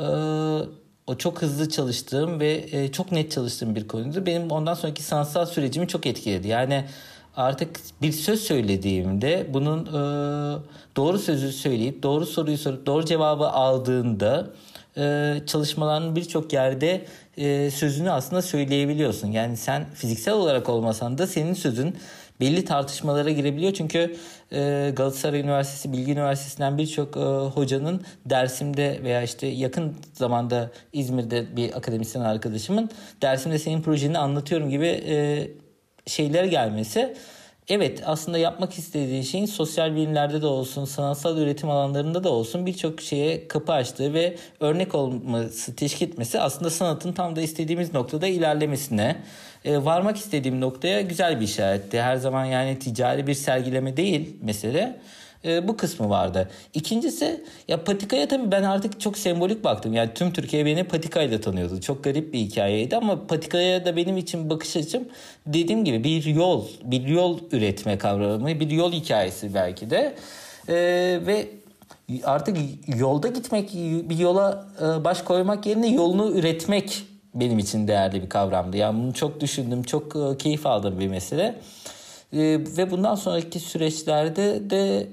o çok hızlı çalıştığım ve çok net çalıştığım bir konuydu. Benim ondan sonraki sanatsal sürecimi çok etkiledi. Yani artık bir söz söylediğimde bunun doğru sözü söyleyip, doğru soruyu sorup, doğru cevabı aldığında çalışmaların birçok yerde sözünü aslında söyleyebiliyorsun. Yani sen fiziksel olarak olmasan da senin sözün belli tartışmalara girebiliyor. Çünkü Galatasaray Üniversitesi, Bilgi Üniversitesi'nden birçok hocanın Dersim'de veya işte yakın zamanda İzmir'de bir akademisyen arkadaşımın Dersim'de senin projeni anlatıyorum gibi şeyler gelmesi, evet, aslında yapmak istediği şeyin sosyal bilimlerde de olsun, sanatsal üretim alanlarında da olsun birçok şeye kapı açtığı ve örnek olması, teşvik etmesi aslında sanatın tam da istediğimiz noktada ilerlemesine, varmak istediğim noktaya güzel bir işaretti. Her zaman yani ticari bir sergileme değil mesele. Bu kısmı vardı. İkincisi, ya patikaya tabii ben artık çok sembolik baktım. Yani tüm Türkiye beni patikayla tanıyordu. Çok garip bir hikayeydi ama patikaya da benim için bakış açım, dediğim gibi, bir yol üretme kavramı, bir yol hikayesi belki de. Ve artık yolda gitmek, bir yola baş koymak yerine yolunu üretmek benim için değerli bir kavramdı. Yani bunu çok düşündüm, çok keyif aldığım bir mesele. Ve bundan sonraki süreçlerde de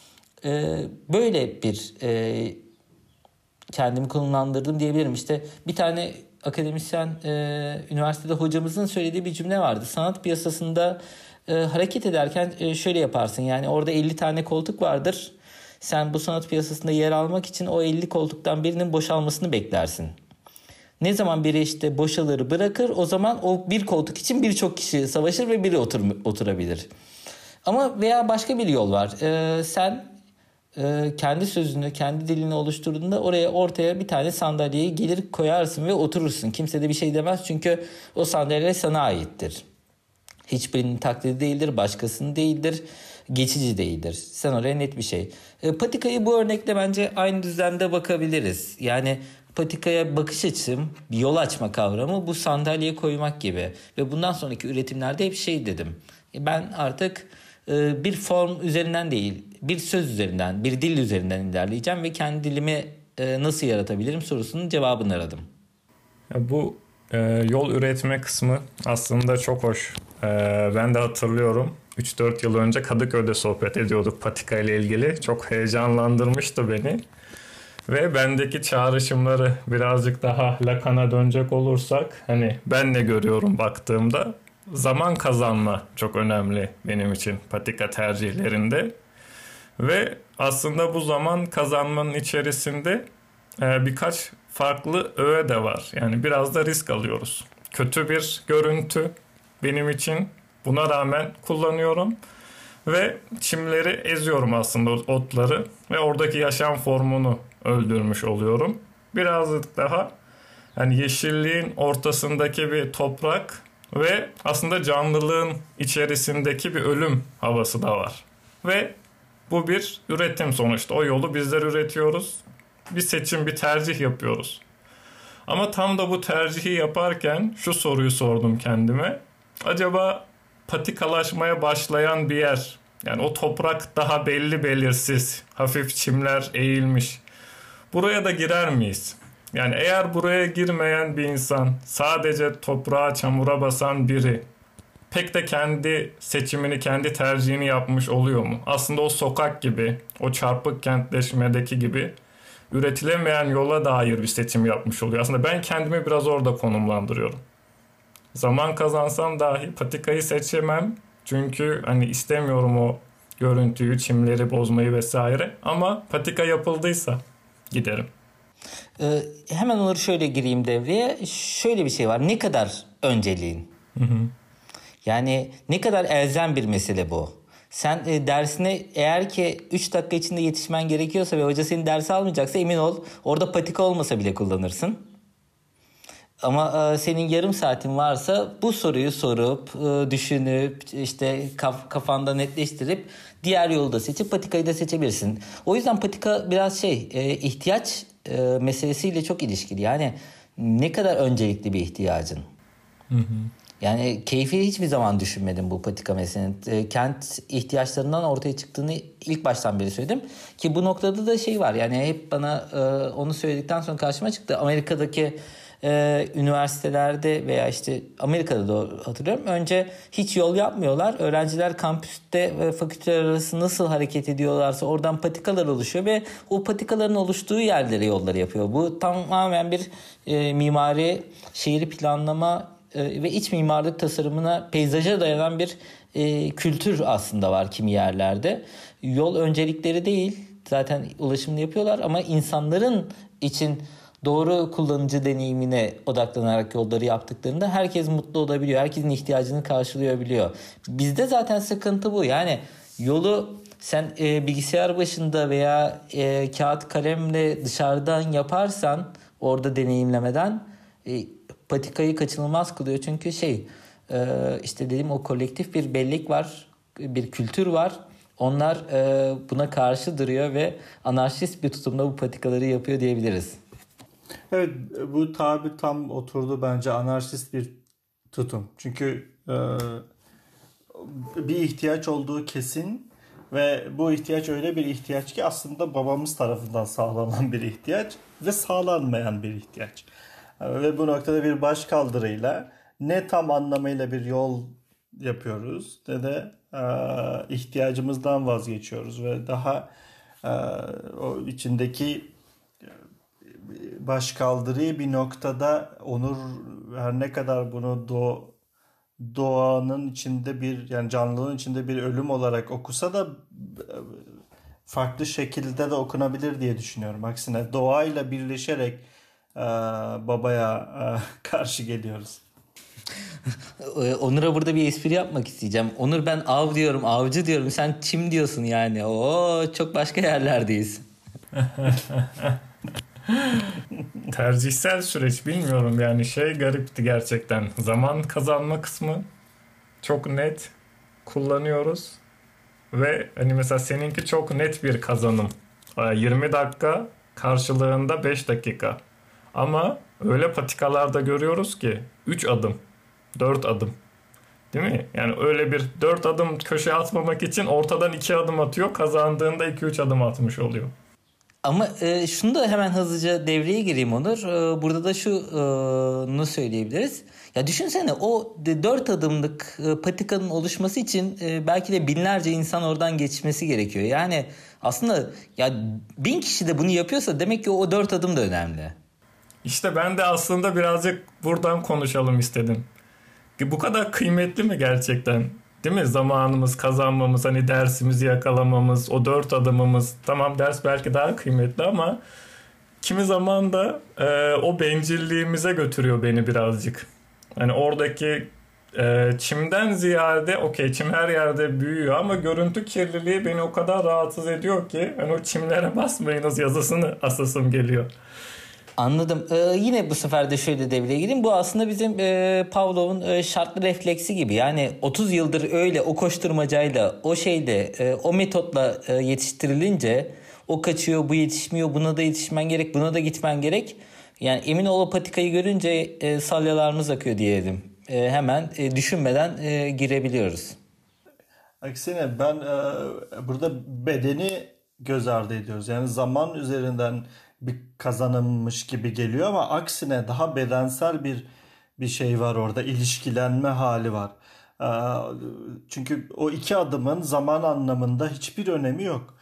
böyle bir kendimi konumlandırdım diyebilirim. İşte bir tane akademisyen üniversitede hocamızın söylediği bir cümle vardı. Sanat piyasasında hareket ederken şöyle yaparsın. Yani orada 50 tane koltuk vardır. Sen bu sanat piyasasında yer almak için o 50 koltuktan birinin boşalmasını beklersin. Ne zaman biri işte boşalır, bırakır, o zaman o bir koltuk için birçok kişi savaşır ve biri oturabilir. Ama veya başka bir yol var. Sen kendi sözünü, kendi dilini oluşturduğunda ortaya bir tane sandalyeyi gelir koyarsın ve oturursun. Kimse de bir şey demez çünkü o sandalye sana aittir. Hiçbirinin taklidi değildir, başkasının değildir, geçici değildir. Sen oraya net bir şey. Patikayı bu örnekle bence aynı düzlemde bakabiliriz. Yani patikaya bakış açım, bir yol açma kavramı, bu sandalyeye koymak gibi. Ve bundan sonraki üretimlerde hep şey dedim. Ben artık bir form üzerinden değil, bir söz üzerinden, bir dil üzerinden ilerleyeceğim ve kendi dilimi nasıl yaratabilirim sorusunun cevabını aradım. Bu yol üretme kısmı aslında çok hoş. Ben de hatırlıyorum. 3-4 yıl önce Kadıköy'de sohbet ediyorduk patika ile ilgili. Çok heyecanlandırmıştı beni. Ve bendeki çağrışımları birazcık daha Lacan'a dönecek olursak, hani ben ne görüyorum baktığımda, zaman kazanma çok önemli benim için patika tercihlerinde. Ve aslında bu zaman kazanmanın içerisinde birkaç farklı öğe de var. Yani biraz da risk alıyoruz. Kötü bir görüntü benim için, buna rağmen kullanıyorum. Ve çimleri eziyorum aslında, otları. Ve oradaki yaşam formunu öldürmüş oluyorum. Birazcık daha yani yeşilliğin ortasındaki bir toprak ve aslında canlılığın içerisindeki bir ölüm havası da var. Ve bu bir üretim sonuçta. O yolu bizler üretiyoruz. Bir seçim, bir tercih yapıyoruz. Ama tam da bu tercihi yaparken şu soruyu sordum kendime. Acaba patikalaşmaya başlayan bir yer, yani o toprak daha belli belirsiz, hafif çimler eğilmiş. Buraya da girer miyiz? Yani eğer buraya girmeyen bir insan, sadece toprağa, çamura basan biri, pek de kendi seçimini, kendi tercihini yapmış oluyor mu? Aslında o sokak gibi, o çarpık kentleşmedeki gibi üretilemeyen yola dair bir seçim yapmış oluyor. Aslında ben kendimi biraz orada konumlandırıyorum. Zaman kazansam dahi patikayı seçemem. Çünkü hani istemiyorum o görüntüyü, çimleri bozmayı vesaire. Ama patika yapıldıysa giderim. Hemen Onur şöyle gireyim devreye. Şöyle bir şey var. Ne kadar önceliğin? Hı hı. Yani ne kadar elzem bir mesele bu. Sen dersine eğer ki 3 dakika içinde yetişmen gerekiyorsa ve hoca senin dersi almayacaksa emin ol orada patika olmasa bile kullanırsın. Ama senin yarım saatin varsa bu soruyu sorup, düşünüp, işte kafanda netleştirip diğer yolu da seçip patikayı da seçebilirsin. O yüzden patika biraz ihtiyaç meselesiyle çok ilişkili. Yani ne kadar öncelikli bir ihtiyacın. Hı hı. Yani keyfi hiçbir zaman düşünmedim bu patika meselesinin. Kent ihtiyaçlarından ortaya çıktığını ilk baştan beri söyledim. Ki bu noktada da şey var, yani hep bana onu söyledikten sonra karşıma çıktı. Amerika'daki üniversitelerde veya işte Amerika'da da hatırlıyorum. Önce hiç yol yapmıyorlar. Öğrenciler kampüste ve fakülteler arası nasıl hareket ediyorlarsa oradan patikalar oluşuyor ve o patikaların oluştuğu yerlere yolları yapıyor. Bu tamamen bir mimari, şehir planlama ve iç mimarlık tasarımına, peyzaja dayanan bir kültür aslında var kimi yerlerde. Yol öncelikleri değil, zaten ulaşımını yapıyorlar ama insanların için doğru kullanıcı deneyimine odaklanarak yolları yaptıklarında herkes mutlu olabiliyor. Herkesin ihtiyacını karşılayabiliyor. Bizde zaten sıkıntı bu. Yani yolu sen bilgisayar başında veya kağıt kalemle dışarıdan yaparsan, orada deneyimlemeden patikayı kaçınılmaz kılıyor. Çünkü işte dediğim o kolektif bir bellek var, bir kültür var. Onlar buna karşı duruyor ve anarşist bir tutumda bu patikaları yapıyor diyebiliriz. Evet, bu tabir tam oturdu bence, anarşist bir tutum. Çünkü bir ihtiyaç olduğu kesin ve bu ihtiyaç öyle bir ihtiyaç ki aslında babamız tarafından sağlanan bir ihtiyaç ve sağlanmayan bir ihtiyaç. Ve bu noktada bir başkaldırıyla ne tam anlamıyla bir yol yapıyoruz ne de ihtiyacımızdan vazgeçiyoruz ve daha o içindeki başkaldırıyı bir noktada Onur her ne kadar bunu doğanın içinde bir, yani canlılığın içinde bir ölüm olarak okusa da farklı şekilde de okunabilir diye düşünüyorum. Aksine doğayla birleşerek babaya karşı geliyoruz. Onur'a burada bir espri yapmak isteyeceğim. Onur, ben av diyorum, avcı diyorum. Sen çim diyorsun yani. Çok başka yerlerdeyiz. Tercihsel süreç, bilmiyorum yani, garipti gerçekten. Zaman kazanma kısmı çok net kullanıyoruz ve hani mesela seninki çok net bir kazanım. 20 dakika karşılığında 5 dakika. Ama öyle patikalarda görüyoruz ki 3 adım, 4 adım. Değil mi? Yani öyle bir 4 adım köşe atmamak için ortadan 2 adım atıyor. Kazandığında 2-3 adım atmış oluyor. Ama şunu da hemen hızlıca devreye gireyim Onur. Burada da şunu söyleyebiliriz. Ya düşünsene, o 4 adımlık patikanın oluşması için belki de binlerce insan oradan geçmesi gerekiyor. Yani aslında ya 1000 kişi de bunu yapıyorsa demek ki o 4 adım da önemli. İşte ben de aslında birazcık buradan konuşalım istedim. Bu kadar kıymetli mi gerçekten? Değil mi? Zamanımız, kazanmamız, hani dersimizi yakalamamız, o 4 adımımız. Tamam, ders belki daha kıymetli ama kimi zaman da o bencilliğimize götürüyor beni birazcık. Hani oradaki çimden ziyade, okey, çim her yerde büyüyor ama görüntü kirliliği beni o kadar rahatsız ediyor ki hani o çimlere basmayınız yazısını asasım geliyor. Anladım. Yine bu sefer de şöyle devreye gireyim. Bu aslında bizim Pavlov'un şartlı refleksi gibi. Yani 30 yıldır öyle o koşturmacayla, o şeyle, o metotla yetiştirilince o kaçıyor, bu yetişmiyor, buna da yetişmen gerek, buna da gitmen gerek. Yani emin ol, o patikayı görünce salyalarımız akıyor diyelim. Hemen düşünmeden girebiliyoruz. Aksine ben burada bedeni göz ardı ediyoruz. Yani zaman üzerinden bir kazanımmış gibi geliyor ama aksine daha bedensel bir şey var orada. İlişkilenme hali var. Çünkü o 2 adımın zaman anlamında hiçbir önemi yok.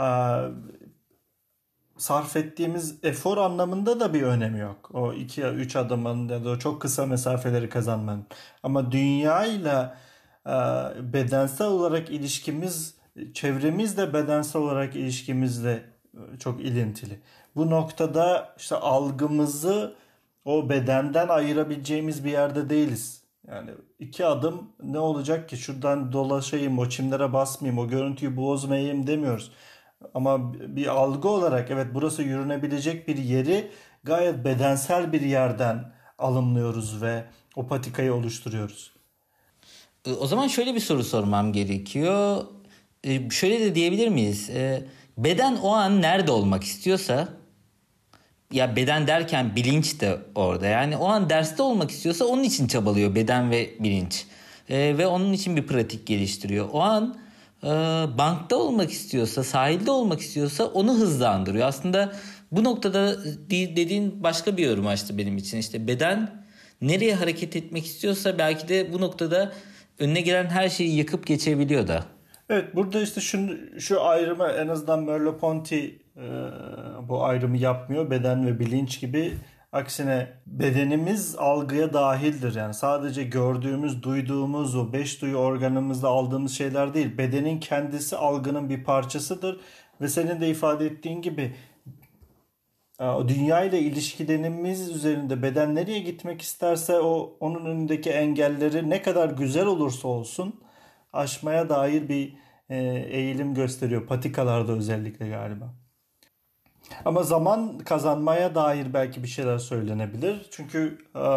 Sarf ettiğimiz efor anlamında da bir önemi yok. O 2-3 adımın ya da o çok kısa mesafeleri kazanmanın. Ama dünyayla bedensel olarak ilişkimiz, çevremizle bedensel olarak ilişkimizle çok ilintili. Bu noktada işte algımızı o bedenden ayırabileceğimiz bir yerde değiliz. Yani 2 adım ne olacak ki, şuradan dolaşayım, o çimlere basmayayım, o görüntüyü bozmayayım demiyoruz. Ama bir algı olarak evet, burası yürünebilecek bir yeri gayet bedensel bir yerden alımlıyoruz ve o patikayı oluşturuyoruz. O zaman şöyle bir soru sormam gerekiyor. Şöyle de diyebilir miyiz? Beden o an nerede olmak istiyorsa, ya beden derken bilinç de orada. Yani o an derste olmak istiyorsa onun için çabalıyor beden ve bilinç. Ve onun için bir pratik geliştiriyor. O an bankta olmak istiyorsa, sahilde olmak istiyorsa onu hızlandırıyor. Aslında bu noktada dediğin başka bir yorum açtı benim için. İşte beden nereye hareket etmek istiyorsa belki de bu noktada önüne gelen her şeyi yıkıp geçebiliyor da. Evet, burada işte şu ayrımı en azından Merleau-Ponty bu ayrımı yapmıyor. Beden ve bilinç gibi. Aksine bedenimiz algıya dahildir. Yani sadece gördüğümüz, duyduğumuz, o 5 duyu organımızda aldığımız şeyler değil. Bedenin kendisi algının bir parçasıdır. Ve senin de ifade ettiğin gibi o dünya ile ilişkilerimiz üzerinde beden nereye gitmek isterse onun önündeki engelleri ne kadar güzel olursa olsun aşmaya dair bir eğilim gösteriyor. Patikalarda özellikle galiba. Ama zaman kazanmaya dair belki bir şeyler söylenebilir. Çünkü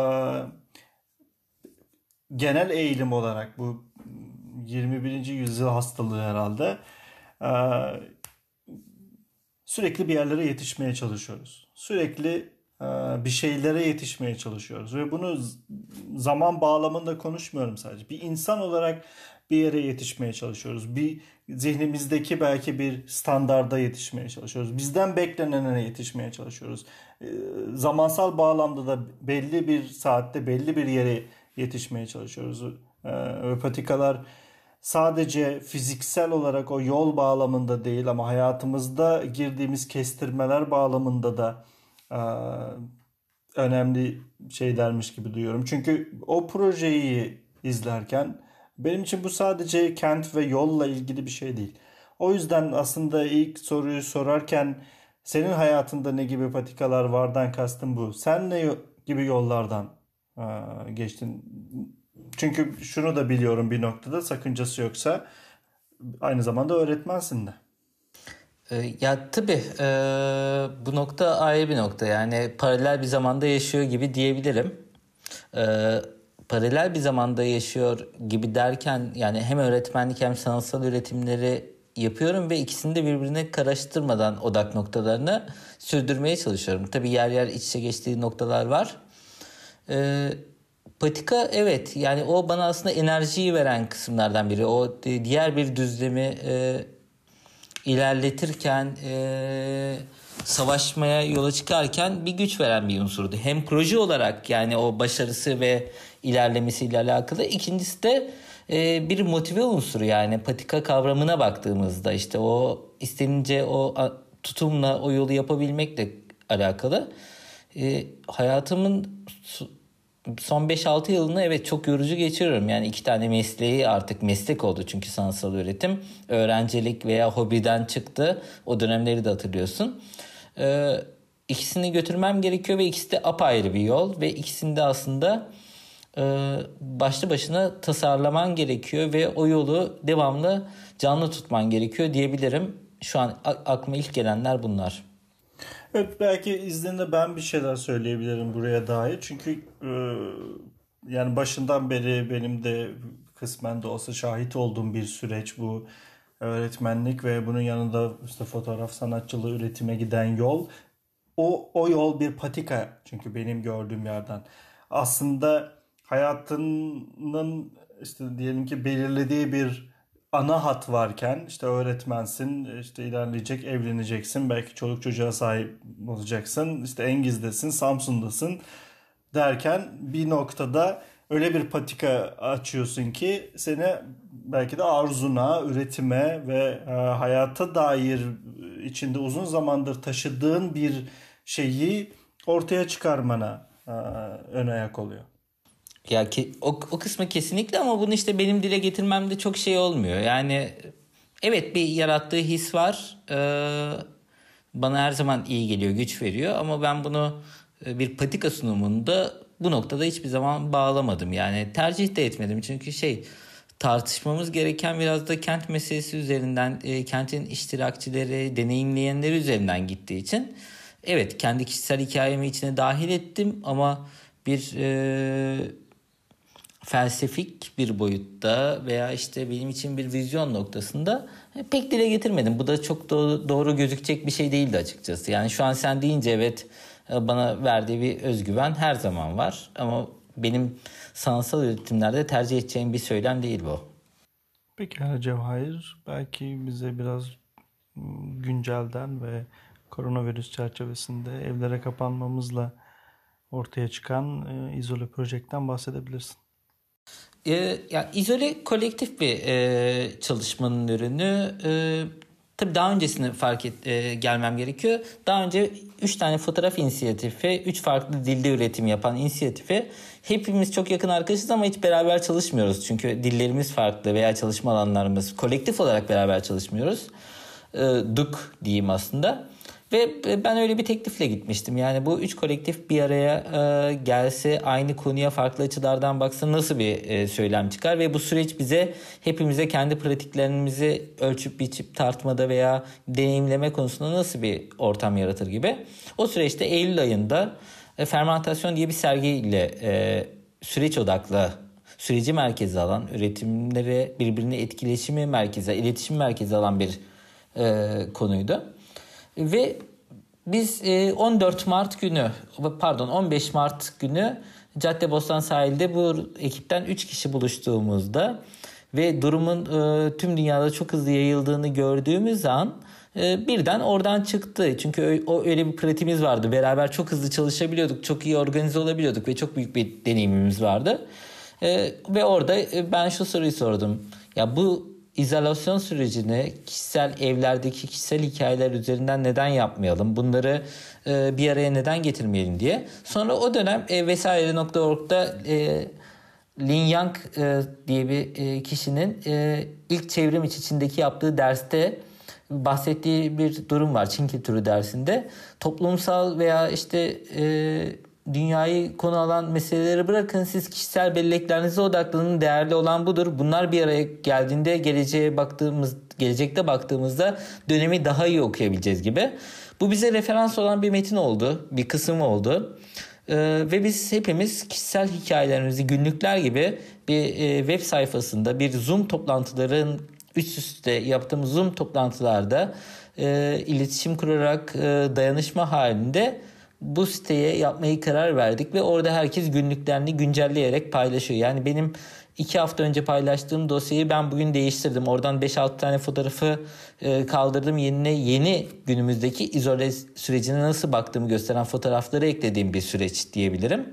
genel eğilim olarak bu 21. yüzyıl hastalığı herhalde. Sürekli bir yerlere yetişmeye çalışıyoruz. Sürekli bir şeylere yetişmeye çalışıyoruz. Ve bunu zaman bağlamında konuşmuyorum sadece. Bir insan olarak bir yere yetişmeye çalışıyoruz. Bir zihnimizdeki belki bir standarda yetişmeye çalışıyoruz. Bizden beklenene yetişmeye çalışıyoruz. Zamansal bağlamda da belli bir saatte belli bir yere yetişmeye çalışıyoruz. Patikalar sadece fiziksel olarak o yol bağlamında değil ama hayatımızda girdiğimiz kestirmeler bağlamında da önemli şeylermiş gibi duyuyorum. Çünkü o projeyi izlerken benim için bu sadece kent ve yolla ilgili bir şey değil. O yüzden aslında ilk soruyu sorarken senin hayatında ne gibi patikalar vardan kastım bu. Sen ne gibi yollardan geçtin? Çünkü şunu da biliyorum, bir noktada sakıncası yoksa aynı zamanda öğretmensin de. Ya tabii bu nokta ayrı bir nokta. Yani paralel bir zamanda yaşıyor gibi diyebilirim. Paralel bir zamanda yaşıyor gibi derken yani hem öğretmenlik hem sanatsal üretimleri yapıyorum ve ikisini de birbirine karıştırmadan odak noktalarını sürdürmeye çalışıyorum. Tabii yer yer iç içe geçtiği noktalar var. Patika evet, yani o bana aslında enerjiyi veren kısımlardan biri. O diğer bir düzlemi ilerletirken savaşmaya yola çıkarken bir güç veren bir unsurdu. Hem proje olarak yani o başarısı ve ilerlemesiyle alakalı. İkincisi de bir motive unsuru, yani patika kavramına baktığımızda işte o istenince o tutumla o yolu yapabilmekle alakalı. Hayatımın son 5-6 yılını evet çok yorucu geçiriyorum. Yani 2 tane mesleği artık meslek oldu çünkü sanatsal üretim. Öğrencilik veya hobiden çıktı. O dönemleri de hatırlıyorsun. İkisini götürmem gerekiyor ve ikisi de apayrı bir yol. Ve ikisini de aslında başlı başına tasarlaman gerekiyor ve o yolu devamlı canlı tutman gerekiyor diyebilirim. Şu an aklıma ilk gelenler bunlar. Evet, belki izninle ben bir şeyler söyleyebilirim buraya dair. Çünkü yani başından beri benim de kısmen de olsa şahit olduğum bir süreç bu öğretmenlik ve bunun yanında işte fotoğraf sanatçılığı üretime giden yol. O yol bir patika çünkü benim gördüğüm yerden. Aslında hayatının işte diyelim ki belirlediği bir ana hat varken işte öğretmensin, işte ilerleyecek, evleneceksin, belki çoluk çocuğa sahip olacaksın, işte Engiz'desin, Samsun'dasın derken bir noktada öyle bir patika açıyorsun ki seni belki de arzuna, üretime ve hayata dair içinde uzun zamandır taşıdığın bir şeyi ortaya çıkarmana ön ayak oluyor. Ya ki o kısmı kesinlikle, ama bunu işte benim dile getirmemde çok şey olmuyor. Yani evet, bir yarattığı his var. Bana her zaman iyi geliyor, güç veriyor, ama ben bunu bir patika sunumunda bu noktada hiçbir zaman bağlamadım. Yani tercih de etmedim. Çünkü tartışmamız gereken biraz da kent meselesi üzerinden, kentin iştirakçileri, deneyimleyenleri üzerinden gittiği için evet, kendi kişisel hikayemi içine dahil ettim, ama bir felsefik bir boyutta veya işte benim için bir vizyon noktasında pek dile getirmedim. Bu da çok doğru gözükecek bir şey değildi açıkçası. Yani şu an sen deyince evet, bana verdiği bir özgüven her zaman var. Ama benim sanatsal üretimlerde tercih edeceğim bir söylem değil bu. Peki Cevahir, belki bize biraz güncelden ve koronavirüs çerçevesinde evlere kapanmamızla ortaya çıkan İzole Project'ten bahsedebilirsin. Ya İzole kolektif bir çalışmanın ürünü. Tabii daha öncesini gelmem gerekiyor. Daha önce 3 tane fotoğraf inisiyatifi, 3 farklı dilde üretim yapan inisiyatifi. Hepimiz çok yakın arkadaşız ama hiç beraber çalışmıyoruz. Çünkü dillerimiz farklı veya çalışma alanlarımız, kolektif olarak beraber çalışmıyoruz. DUK diyeyim aslında. Ve ben öyle bir teklifle gitmiştim. Yani bu 3 kolektif bir araya gelse, aynı konuya farklı açılardan baksa nasıl bir söylem çıkar? Ve bu süreç hepimize kendi pratiklerimizi ölçüp biçip tartmada veya deneyimleme konusunda nasıl bir ortam yaratır gibi. O süreçte Eylül ayında Fermantasyon diye bir sergiyle süreç odaklı, süreci merkeze alan, üretimleri birbirine etkileşimi merkeze, iletişim merkeze alan bir konuydu. Ve biz 15 Mart günü Caddebostan sahilde bu ekipten 3 kişi buluştuğumuzda ve durumun tüm dünyada çok hızlı yayıldığını gördüğümüz an birden oradan çıktı. Çünkü öyle bir pratiğimiz vardı. Beraber çok hızlı çalışabiliyorduk, çok iyi organize olabiliyorduk ve çok büyük bir deneyimimiz vardı. Ve orada ben şu soruyu sordum. Ya bu İzolasyon sürecini kişisel evlerdeki kişisel hikayeler üzerinden neden yapmayalım? Bunları bir araya neden getirmeyelim diye. Sonra o dönem vesaire.org'da Lin Yang diye bir kişinin ilk çevrim içindeki yaptığı derste bahsettiği bir durum var. Çin kültürü dersinde. Toplumsal veya işte dünyayı konu alan meseleleri bırakın, siz kişisel belleklerinize odaklanın, değerli olan budur. Bunlar bir araya geldiğinde gelecekte baktığımızda dönemi daha iyi okuyabileceğiz gibi. Bu bize referans olan bir metin oldu, bir kısım oldu. Ve biz hepimiz kişisel hikayelerimizi günlükler gibi bir web sayfasında, bir Zoom toplantıların üst üste yaptığımız Zoom toplantılarda iletişim kurarak dayanışma halinde bu siteye yapmayı karar verdik ve orada herkes günlüklerini güncelleyerek paylaşıyor. Yani benim 2 hafta önce paylaştığım dosyayı ben bugün değiştirdim. Oradan 5-6 tane fotoğrafı kaldırdım. Yeni günümüzdeki izole sürecine nasıl baktığımı gösteren fotoğrafları eklediğim bir süreç diyebilirim.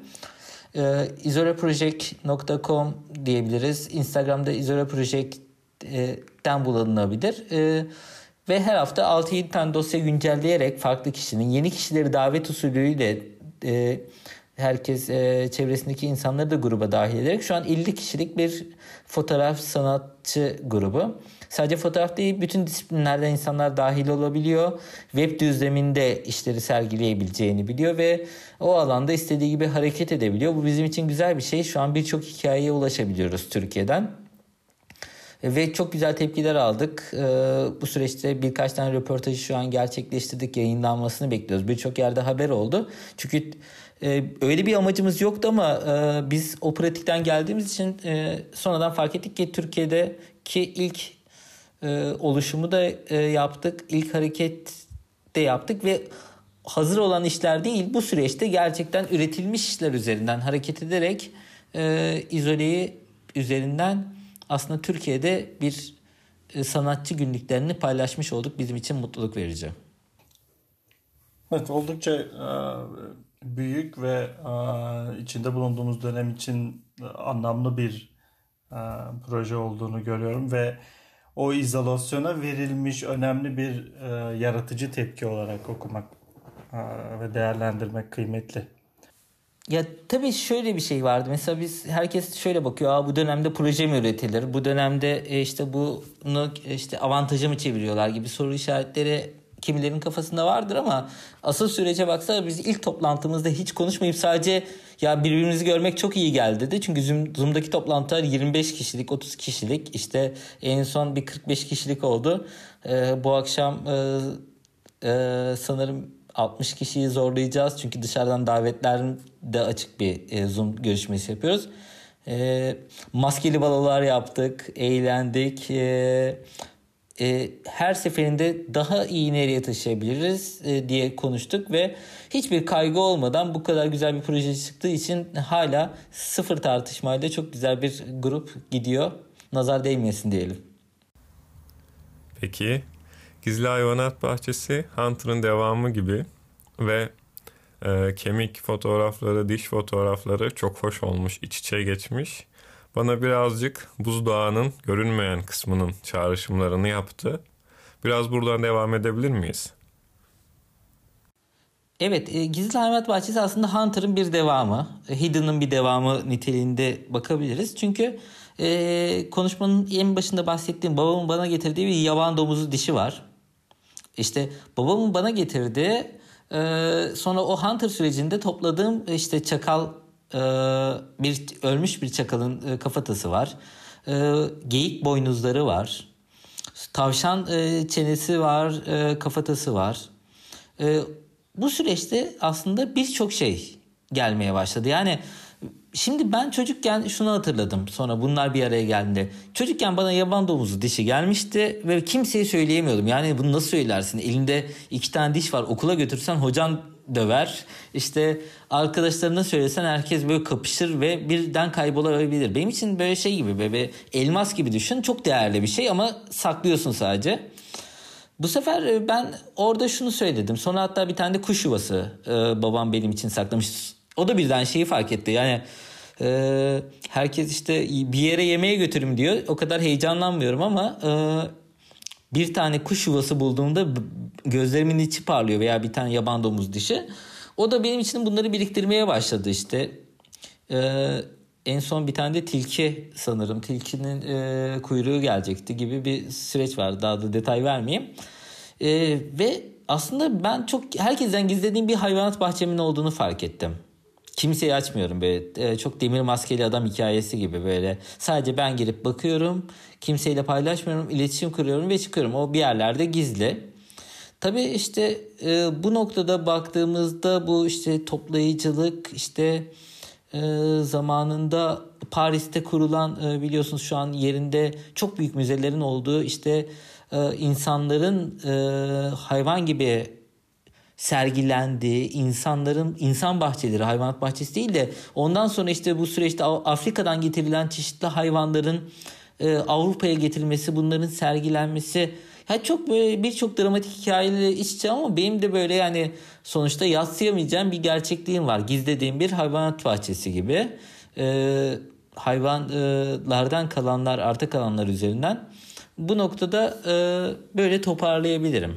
izoleproject.com diyebiliriz. Instagram'da izoleproject'ten bulunabilir. Ve her hafta 6-7 tane dosya güncelleyerek farklı kişinin, yeni kişileri davet usulüyle herkes çevresindeki insanları da gruba dahil ederek şu an 50 kişilik bir fotoğraf sanatçı grubu. Sadece fotoğraf değil, bütün disiplinlerden insanlar dahil olabiliyor. Web düzleminde işleri sergileyebileceğini biliyor ve o alanda istediği gibi hareket edebiliyor. Bu bizim için güzel bir şey. Şu an birçok hikayeye ulaşabiliyoruz Türkiye'den. Ve çok güzel tepkiler aldık. Bu süreçte birkaç tane röportajı şu an gerçekleştirdik. Yayınlanmasını bekliyoruz. Birçok yerde haber oldu. Çünkü öyle bir amacımız yoktu ama biz o pratikten geldiğimiz için sonradan fark ettik ki Türkiye'deki ilk oluşumu da yaptık. İlk hareket de yaptık ve hazır olan işler değil, bu süreçte gerçekten üretilmiş işler üzerinden hareket ederek izoleyi üzerinden aslında Türkiye'de bir sanatçı günlüklerini paylaşmış olduk. Bizim için mutluluk verici. Evet, oldukça büyük ve içinde bulunduğumuz dönem için anlamlı bir proje olduğunu görüyorum ve o izolasyona verilmiş önemli bir yaratıcı tepki olarak okumak ve değerlendirmek kıymetli. Ya tabii şöyle bir şey vardı. Mesela herkes şöyle bakıyor. Bu dönemde proje mi üretilir? Bu dönemde işte bunu işte avantaja mı çeviriyorlar gibi soru işaretleri kimilerin kafasında vardır ama asıl sürece baksa biz ilk toplantımızda hiç konuşmayıp sadece ya birbirimizi görmek çok iyi geldi dedi. Çünkü Zoom'daki toplantılar 25 kişilik, 30 kişilik, işte en son bir 45 kişilik oldu. Bu akşam sanırım 60 kişiyi zorlayacağız. Çünkü dışarıdan davetler de açık bir Zoom görüşmesi yapıyoruz. Maskeli balolar yaptık, eğlendik. Her seferinde daha iyi nereye taşıyabiliriz diye konuştuk ve hiçbir kaygı olmadan bu kadar güzel bir proje çıktığı için hala sıfır tartışmayla çok güzel bir grup gidiyor. Nazar değmesin diyelim. Peki, Gizli Hayvanat Bahçesi Hunter'ın devamı gibi ve kemik fotoğrafları, diş fotoğrafları çok hoş olmuş, iç içe geçmiş. Bana birazcık buzdağının görünmeyen kısmının çağrışımlarını yaptı. Biraz buradan devam edebilir miyiz? Evet, Gizli Hayvanat Bahçesi aslında Hunter'ın bir devamı. Hidden'ın bir devamı niteliğinde bakabiliriz. Çünkü konuşmanın en başında bahsettiğim babamın bana getirdiği bir yaban domuzu dişi var. İşte babamın bana getirdiği sonra o Hunter sürecinde topladığım işte çakal, ölmüş bir çakalın kafatası var. Geyik boynuzları var. Tavşan çenesi var, kafatası var. Bu süreçte aslında birçok şey gelmeye başladı. Yani şimdi ben çocukken şunu hatırladım. Sonra bunlar bir araya geldiğinde. Çocukken bana yaban domuzu dişi gelmişti ve kimseye söyleyemiyordum. Yani bunu nasıl söylersin? Elinde 2 tane diş var. Okula götürsen hocan döver. İşte arkadaşlarına söylesen herkes böyle kapışır ve birden kaybolabilir. Benim için böyle şey gibi, böyle elmas gibi düşün. Çok değerli bir şey ama saklıyorsun sadece. Bu sefer ben orada şunu söyledim. Sonra hatta bir tane de kuş yuvası babam benim için saklamış. O da birden şeyi fark etti. Yani herkes işte bir yere yemeğe götürüm diyor. O kadar heyecanlanmıyorum ama bir tane kuş yuvası bulduğumda gözlerimin içi parlıyor veya bir tane yaban domuz dişi. O da benim için bunları biriktirmeye başladı işte. En son bir tane de tilki sanırım. Tilkinin kuyruğu gelecekti gibi bir süreç vardı. Daha da detay vermeyeyim. Ve aslında ben herkesten gizlediğim bir hayvanat bahçemin olduğunu fark ettim. Kimseye açmıyorum böyle. Çok demir maskeli adam hikayesi gibi böyle. Sadece ben girip bakıyorum. Kimseyle paylaşmıyorum. İletişim kuruyorum ve çıkıyorum. O bir yerlerde gizli. Tabii işte bu noktada baktığımızda bu işte toplayıcılık işte zamanında Paris'te kurulan biliyorsunuz şu an yerinde çok büyük müzelerin olduğu işte insanların hayvan gibi sergilendi. İnsan bahçeleri, hayvanat bahçesi değil de ondan sonra işte bu süreçte Afrika'dan getirilen çeşitli hayvanların Avrupa'ya getirilmesi, bunların sergilenmesi, ya çok böyle birçok dramatik hikayeyle iç içe ama benim de böyle yani sonuçta yadsıyamayacağım bir gerçekliğim var. Gizlediğim bir hayvanat bahçesi gibi. Hayvanlardan kalanlar, arta kalanlar üzerinden bu noktada böyle toparlayabilirim.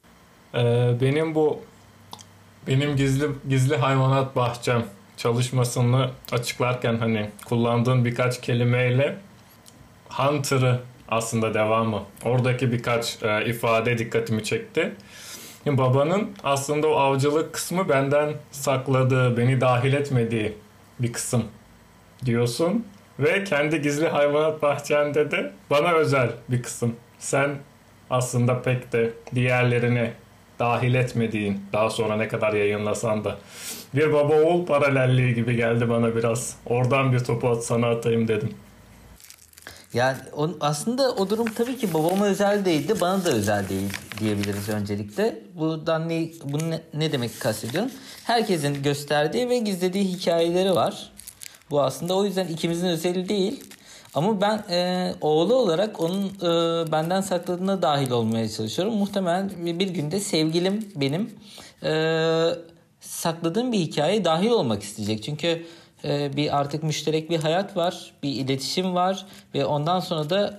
Benim gizli hayvanat bahçem çalışmasını açıklarken hani kullandığın birkaç kelimeyle Hunter'ı aslında devamı. Oradaki birkaç ifade dikkatimi çekti. Babanın aslında o avcılık kısmı benden sakladığı, beni dahil etmediği bir kısım diyorsun. Ve kendi gizli hayvanat bahçende de bana özel bir kısım. Sen aslında pek de diğerlerini dahil etmediğin, daha sonra ne kadar yayınlasan da bir baba oğul paralelliği gibi geldi bana biraz. Oradan bir topu sana atayım dedim. Yani aslında o durum tabii ki babama özel değildi, bana da özel değil diyebiliriz öncelikle. Bunu ne demek kastediyorum? Herkesin gösterdiği ve gizlediği hikayeleri var. Bu aslında o yüzden ikimizin özeli değil. Ama ben oğlu olarak onun benden sakladığına dahil olmaya çalışıyorum. Muhtemelen bir günde sevgilim benim sakladığım bir hikayeye dahil olmak isteyecek. Çünkü bir artık müşterek bir hayat var, bir iletişim var ve ondan sonra da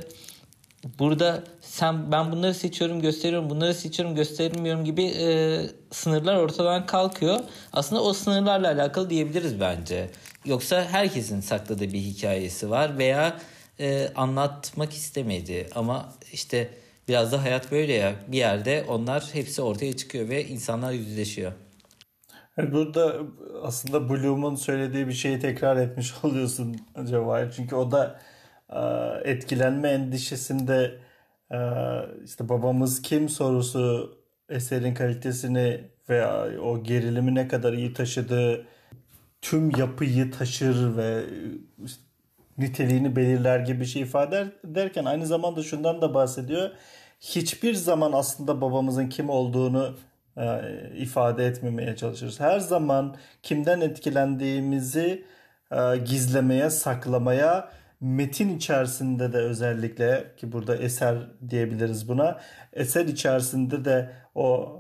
burada ben bunları seçiyorum, gösteriyorum, bunları seçiyorum, göstermiyorum gibi sınırlar ortadan kalkıyor. Aslında o sınırlarla alakalı diyebiliriz bence. Yoksa herkesin sakladığı bir hikayesi var veya anlatmak istemedi. Ama işte biraz da hayat böyle ya. Bir yerde onlar hepsi ortaya çıkıyor ve insanlar yüzleşiyor. Burada aslında Bloom'un söylediği bir şeyi tekrar etmiş oluyorsun Cevahir. Çünkü o da etkilenme endişesinde işte babamız kim sorusu eserin kalitesini veya o gerilimi ne kadar iyi taşıdığı, tüm yapıyı taşır ve işte niteliğini belirler gibi bir şey ifade ederken aynı zamanda şundan da bahsediyor. Hiçbir zaman aslında babamızın kim olduğunu ifade etmemeye çalışırız. Her zaman kimden etkilendiğimizi gizlemeye, saklamaya, metin içerisinde de özellikle ki burada eser diyebiliriz buna. Eser içerisinde de o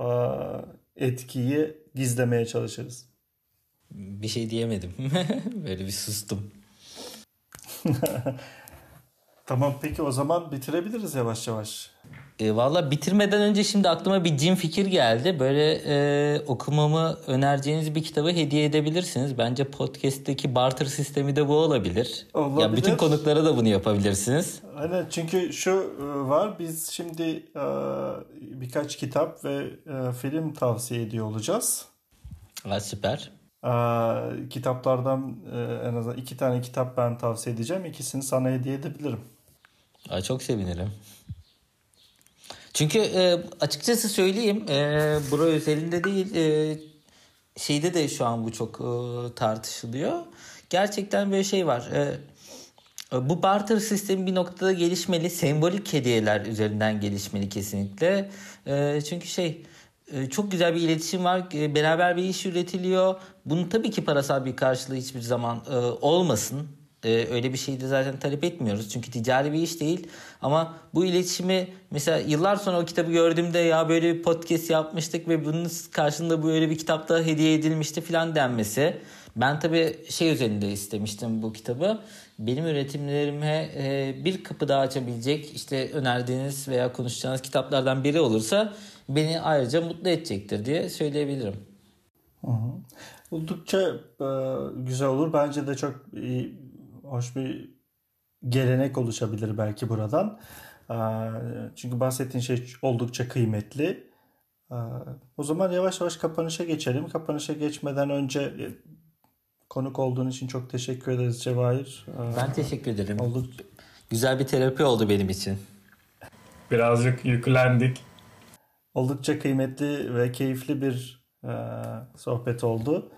etkiyi gizlemeye çalışırız. Bir şey diyemedim. Böyle bir sustum. Tamam, peki o zaman bitirebiliriz yavaş yavaş. Valla bitirmeden önce şimdi aklıma bir cin fikir geldi. Böyle okumamı önereceğiniz bir kitabı hediye edebilirsiniz. Bence podcast'teki barter sistemi de bu olabilir. Olabilir. Ya bütün konuklara da bunu yapabilirsiniz. Aynen, çünkü şu var, biz şimdi birkaç kitap ve film tavsiye ediyor olacağız. Süper. Kitaplardan en azından 2 tane kitap ben tavsiye edeceğim. İkisini sana hediye edebilirim. Çok sevinirim. Çünkü açıkçası söyleyeyim, bura özelinde değil, şeyde de şu an bu çok tartışılıyor. Gerçekten böyle şey var. Bu barter sistemi bir noktada gelişmeli. Sembolik hediyeler üzerinden gelişmeli kesinlikle. Çünkü çok güzel bir iletişim var. Beraber bir iş üretiliyor. Bunun tabii ki parasal bir karşılığı hiçbir zaman olmasın. Öyle bir şeyi de zaten talep etmiyoruz. Çünkü ticari bir iş değil. Ama bu iletişimi mesela yıllar sonra o kitabı gördüğümde ya böyle bir podcast yapmıştık ve bunun karşılığında böyle bir kitapta hediye edilmişti falan denmesi. Ben tabii üzerinde istemiştim bu kitabı. Benim üretimlerime bir kapı daha açabilecek işte önerdiğiniz veya konuşacağınız kitaplardan biri olursa beni ayrıca mutlu edecektir diye söyleyebilirim. Hı hı. Oldukça güzel olur. Bence de çok hoş bir gelenek oluşabilir belki buradan. Çünkü bahsettiğin şey oldukça kıymetli. O zaman yavaş yavaş kapanışa geçelim. Kapanışa geçmeden önce konuk olduğun için çok teşekkür ederiz Cevahir. Ben teşekkür ederim. Güzel bir terapi oldu benim için. Birazcık yüklendik. Oldukça kıymetli ve keyifli bir sohbet oldu.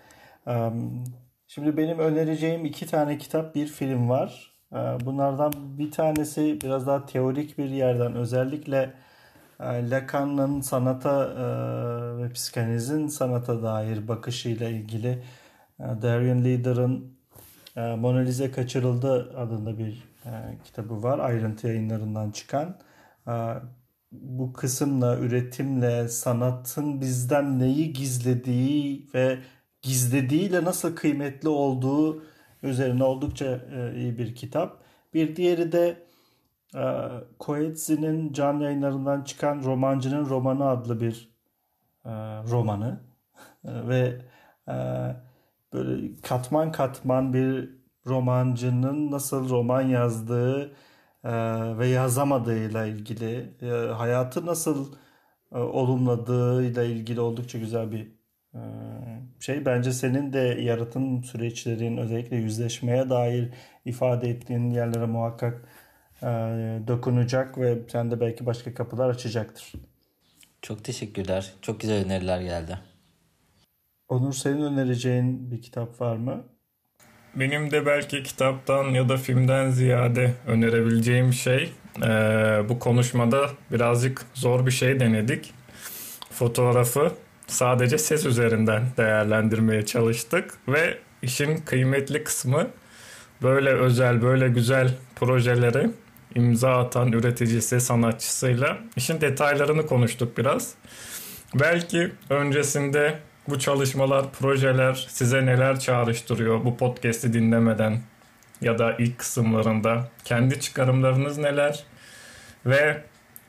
Şimdi benim önereceğim 2 tane kitap, bir film var. Bunlardan bir tanesi biraz daha teorik bir yerden, özellikle Lacan'ın sanata ve psikanalizin sanata dair bakışıyla ilgili Darian Leader'ın Mona Lisa Kaçırıldı adında bir kitabı var. Ayrıntı Yayınlarından çıkan. Bu kısımla, üretimle, sanatın bizden neyi gizlediği ve gizlediğiyle nasıl kıymetli olduğu üzerine oldukça iyi bir kitap. Bir diğeri de Coetzee'nin Can Yayınlarından çıkan Romancının Romanı adlı bir romanı. Ve böyle katman katman bir romancının nasıl roman yazdığı ve yazamadığıyla ilgili, hayatı nasıl olumladığıyla ilgili oldukça güzel bir şey. Bence senin de yaratım süreçlerin, özellikle yüzleşmeye dair ifade ettiğin yerlere muhakkak dokunacak ve sen de belki başka kapılar açacaktır. Çok teşekkürler. Çok güzel öneriler geldi. Onur, senin önereceğin bir kitap var mı? Benim de belki kitaptan ya da filmden ziyade önerebileceğim şey, bu konuşmada birazcık zor bir şey denedik. Fotoğrafı sadece ses üzerinden değerlendirmeye çalıştık ve işin kıymetli kısmı, böyle özel, böyle güzel projelere imza atan üreticisi, sanatçısıyla işin detaylarını konuştuk biraz. Belki öncesinde bu çalışmalar, projeler size neler çağrıştırıyor bu podcast'i dinlemeden ya da ilk kısımlarında? Kendi çıkarımlarınız neler? Ve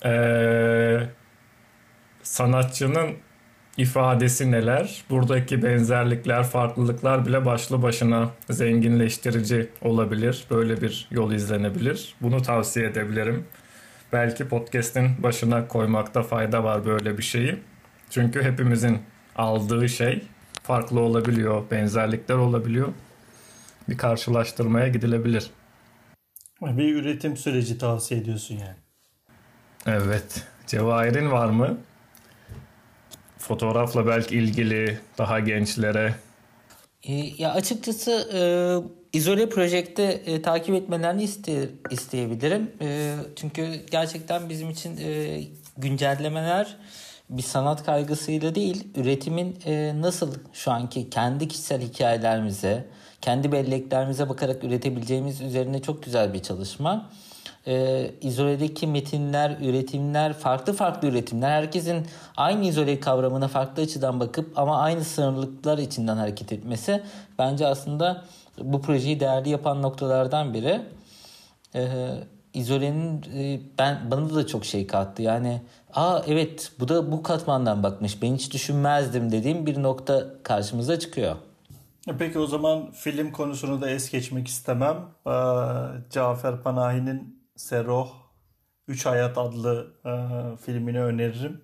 sanatçının ifadesi neler? Buradaki benzerlikler, farklılıklar bile başlı başına zenginleştirici olabilir. Böyle bir yol izlenebilir. Bunu tavsiye edebilirim. Belki podcast'in başına koymakta fayda var böyle bir şeyi. Çünkü hepimizin aldığı şey farklı olabiliyor, benzerlikler olabiliyor. Bir karşılaştırmaya gidilebilir. Bir üretim süreci tavsiye ediyorsun yani. Evet. Cevahir'in var mı? Fotoğrafla belki ilgili daha gençlere. Ya açıkçası İzole Project'te takip etmelerini isteyebilirim. Çünkü gerçekten bizim için güncellemeler bir sanat kaygısıyla değil, üretimin nasıl şu anki kendi kişisel hikayelerimize, kendi belleklerimize bakarak üretebileceğimiz üzerine çok güzel bir çalışma. İzoledeki metinler, üretimler, farklı üretimler, herkesin aynı izole kavramına farklı açıdan bakıp ama aynı sınırlıklar içinden hareket etmesi bence aslında bu projeyi değerli yapan noktalardan biri. İzolenin bana da çok şey kattı. Yani evet, bu da bu katmandan bakmış, ben hiç düşünmezdim dediğim bir nokta karşımıza çıkıyor. Peki o zaman film konusunu da es geçmek istemem. Cafer Panahi'nin Seroh 3 Hayat adlı filmini öneririm.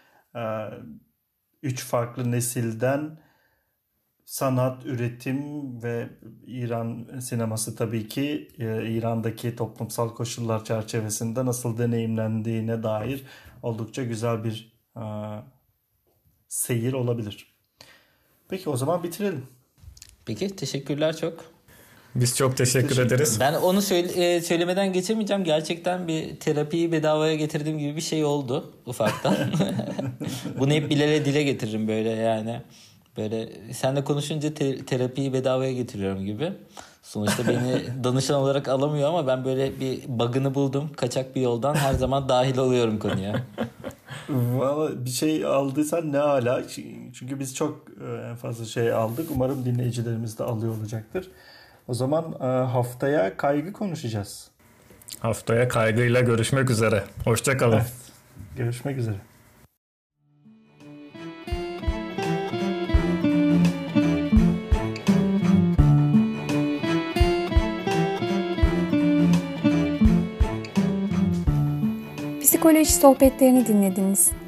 3 farklı nesilden sanat, üretim ve İran sineması tabii ki İran'daki toplumsal koşullar çerçevesinde nasıl deneyimlendiğine dair oldukça güzel bir seyir olabilir. Peki o zaman bitirelim. Peki, teşekkürler çok. Biz çok teşekkür ederiz. Ben onu söylemeden geçemeyeceğim. Gerçekten bir terapiyi bedavaya getirdiğim gibi bir şey oldu ufaktan. Bunu hep dile getiririm böyle yani. Böyle seninle konuşunca terapiyi bedavaya getiriyorum gibi. Sonuçta beni danışan olarak alamıyor ama ben böyle bir bug'ını buldum. Kaçak bir yoldan her zaman dahil oluyorum konuya. Valla bir şey aldıysan ne hala. Çünkü biz çok fazla şey aldık. Umarım dinleyicilerimiz de alıyor olacaktır. O zaman haftaya kaygı konuşacağız. Haftaya kaygıyla görüşmek üzere. Hoşça kalın. Evet, görüşmek üzere. Psikoloji sohbetlerini dinlediniz.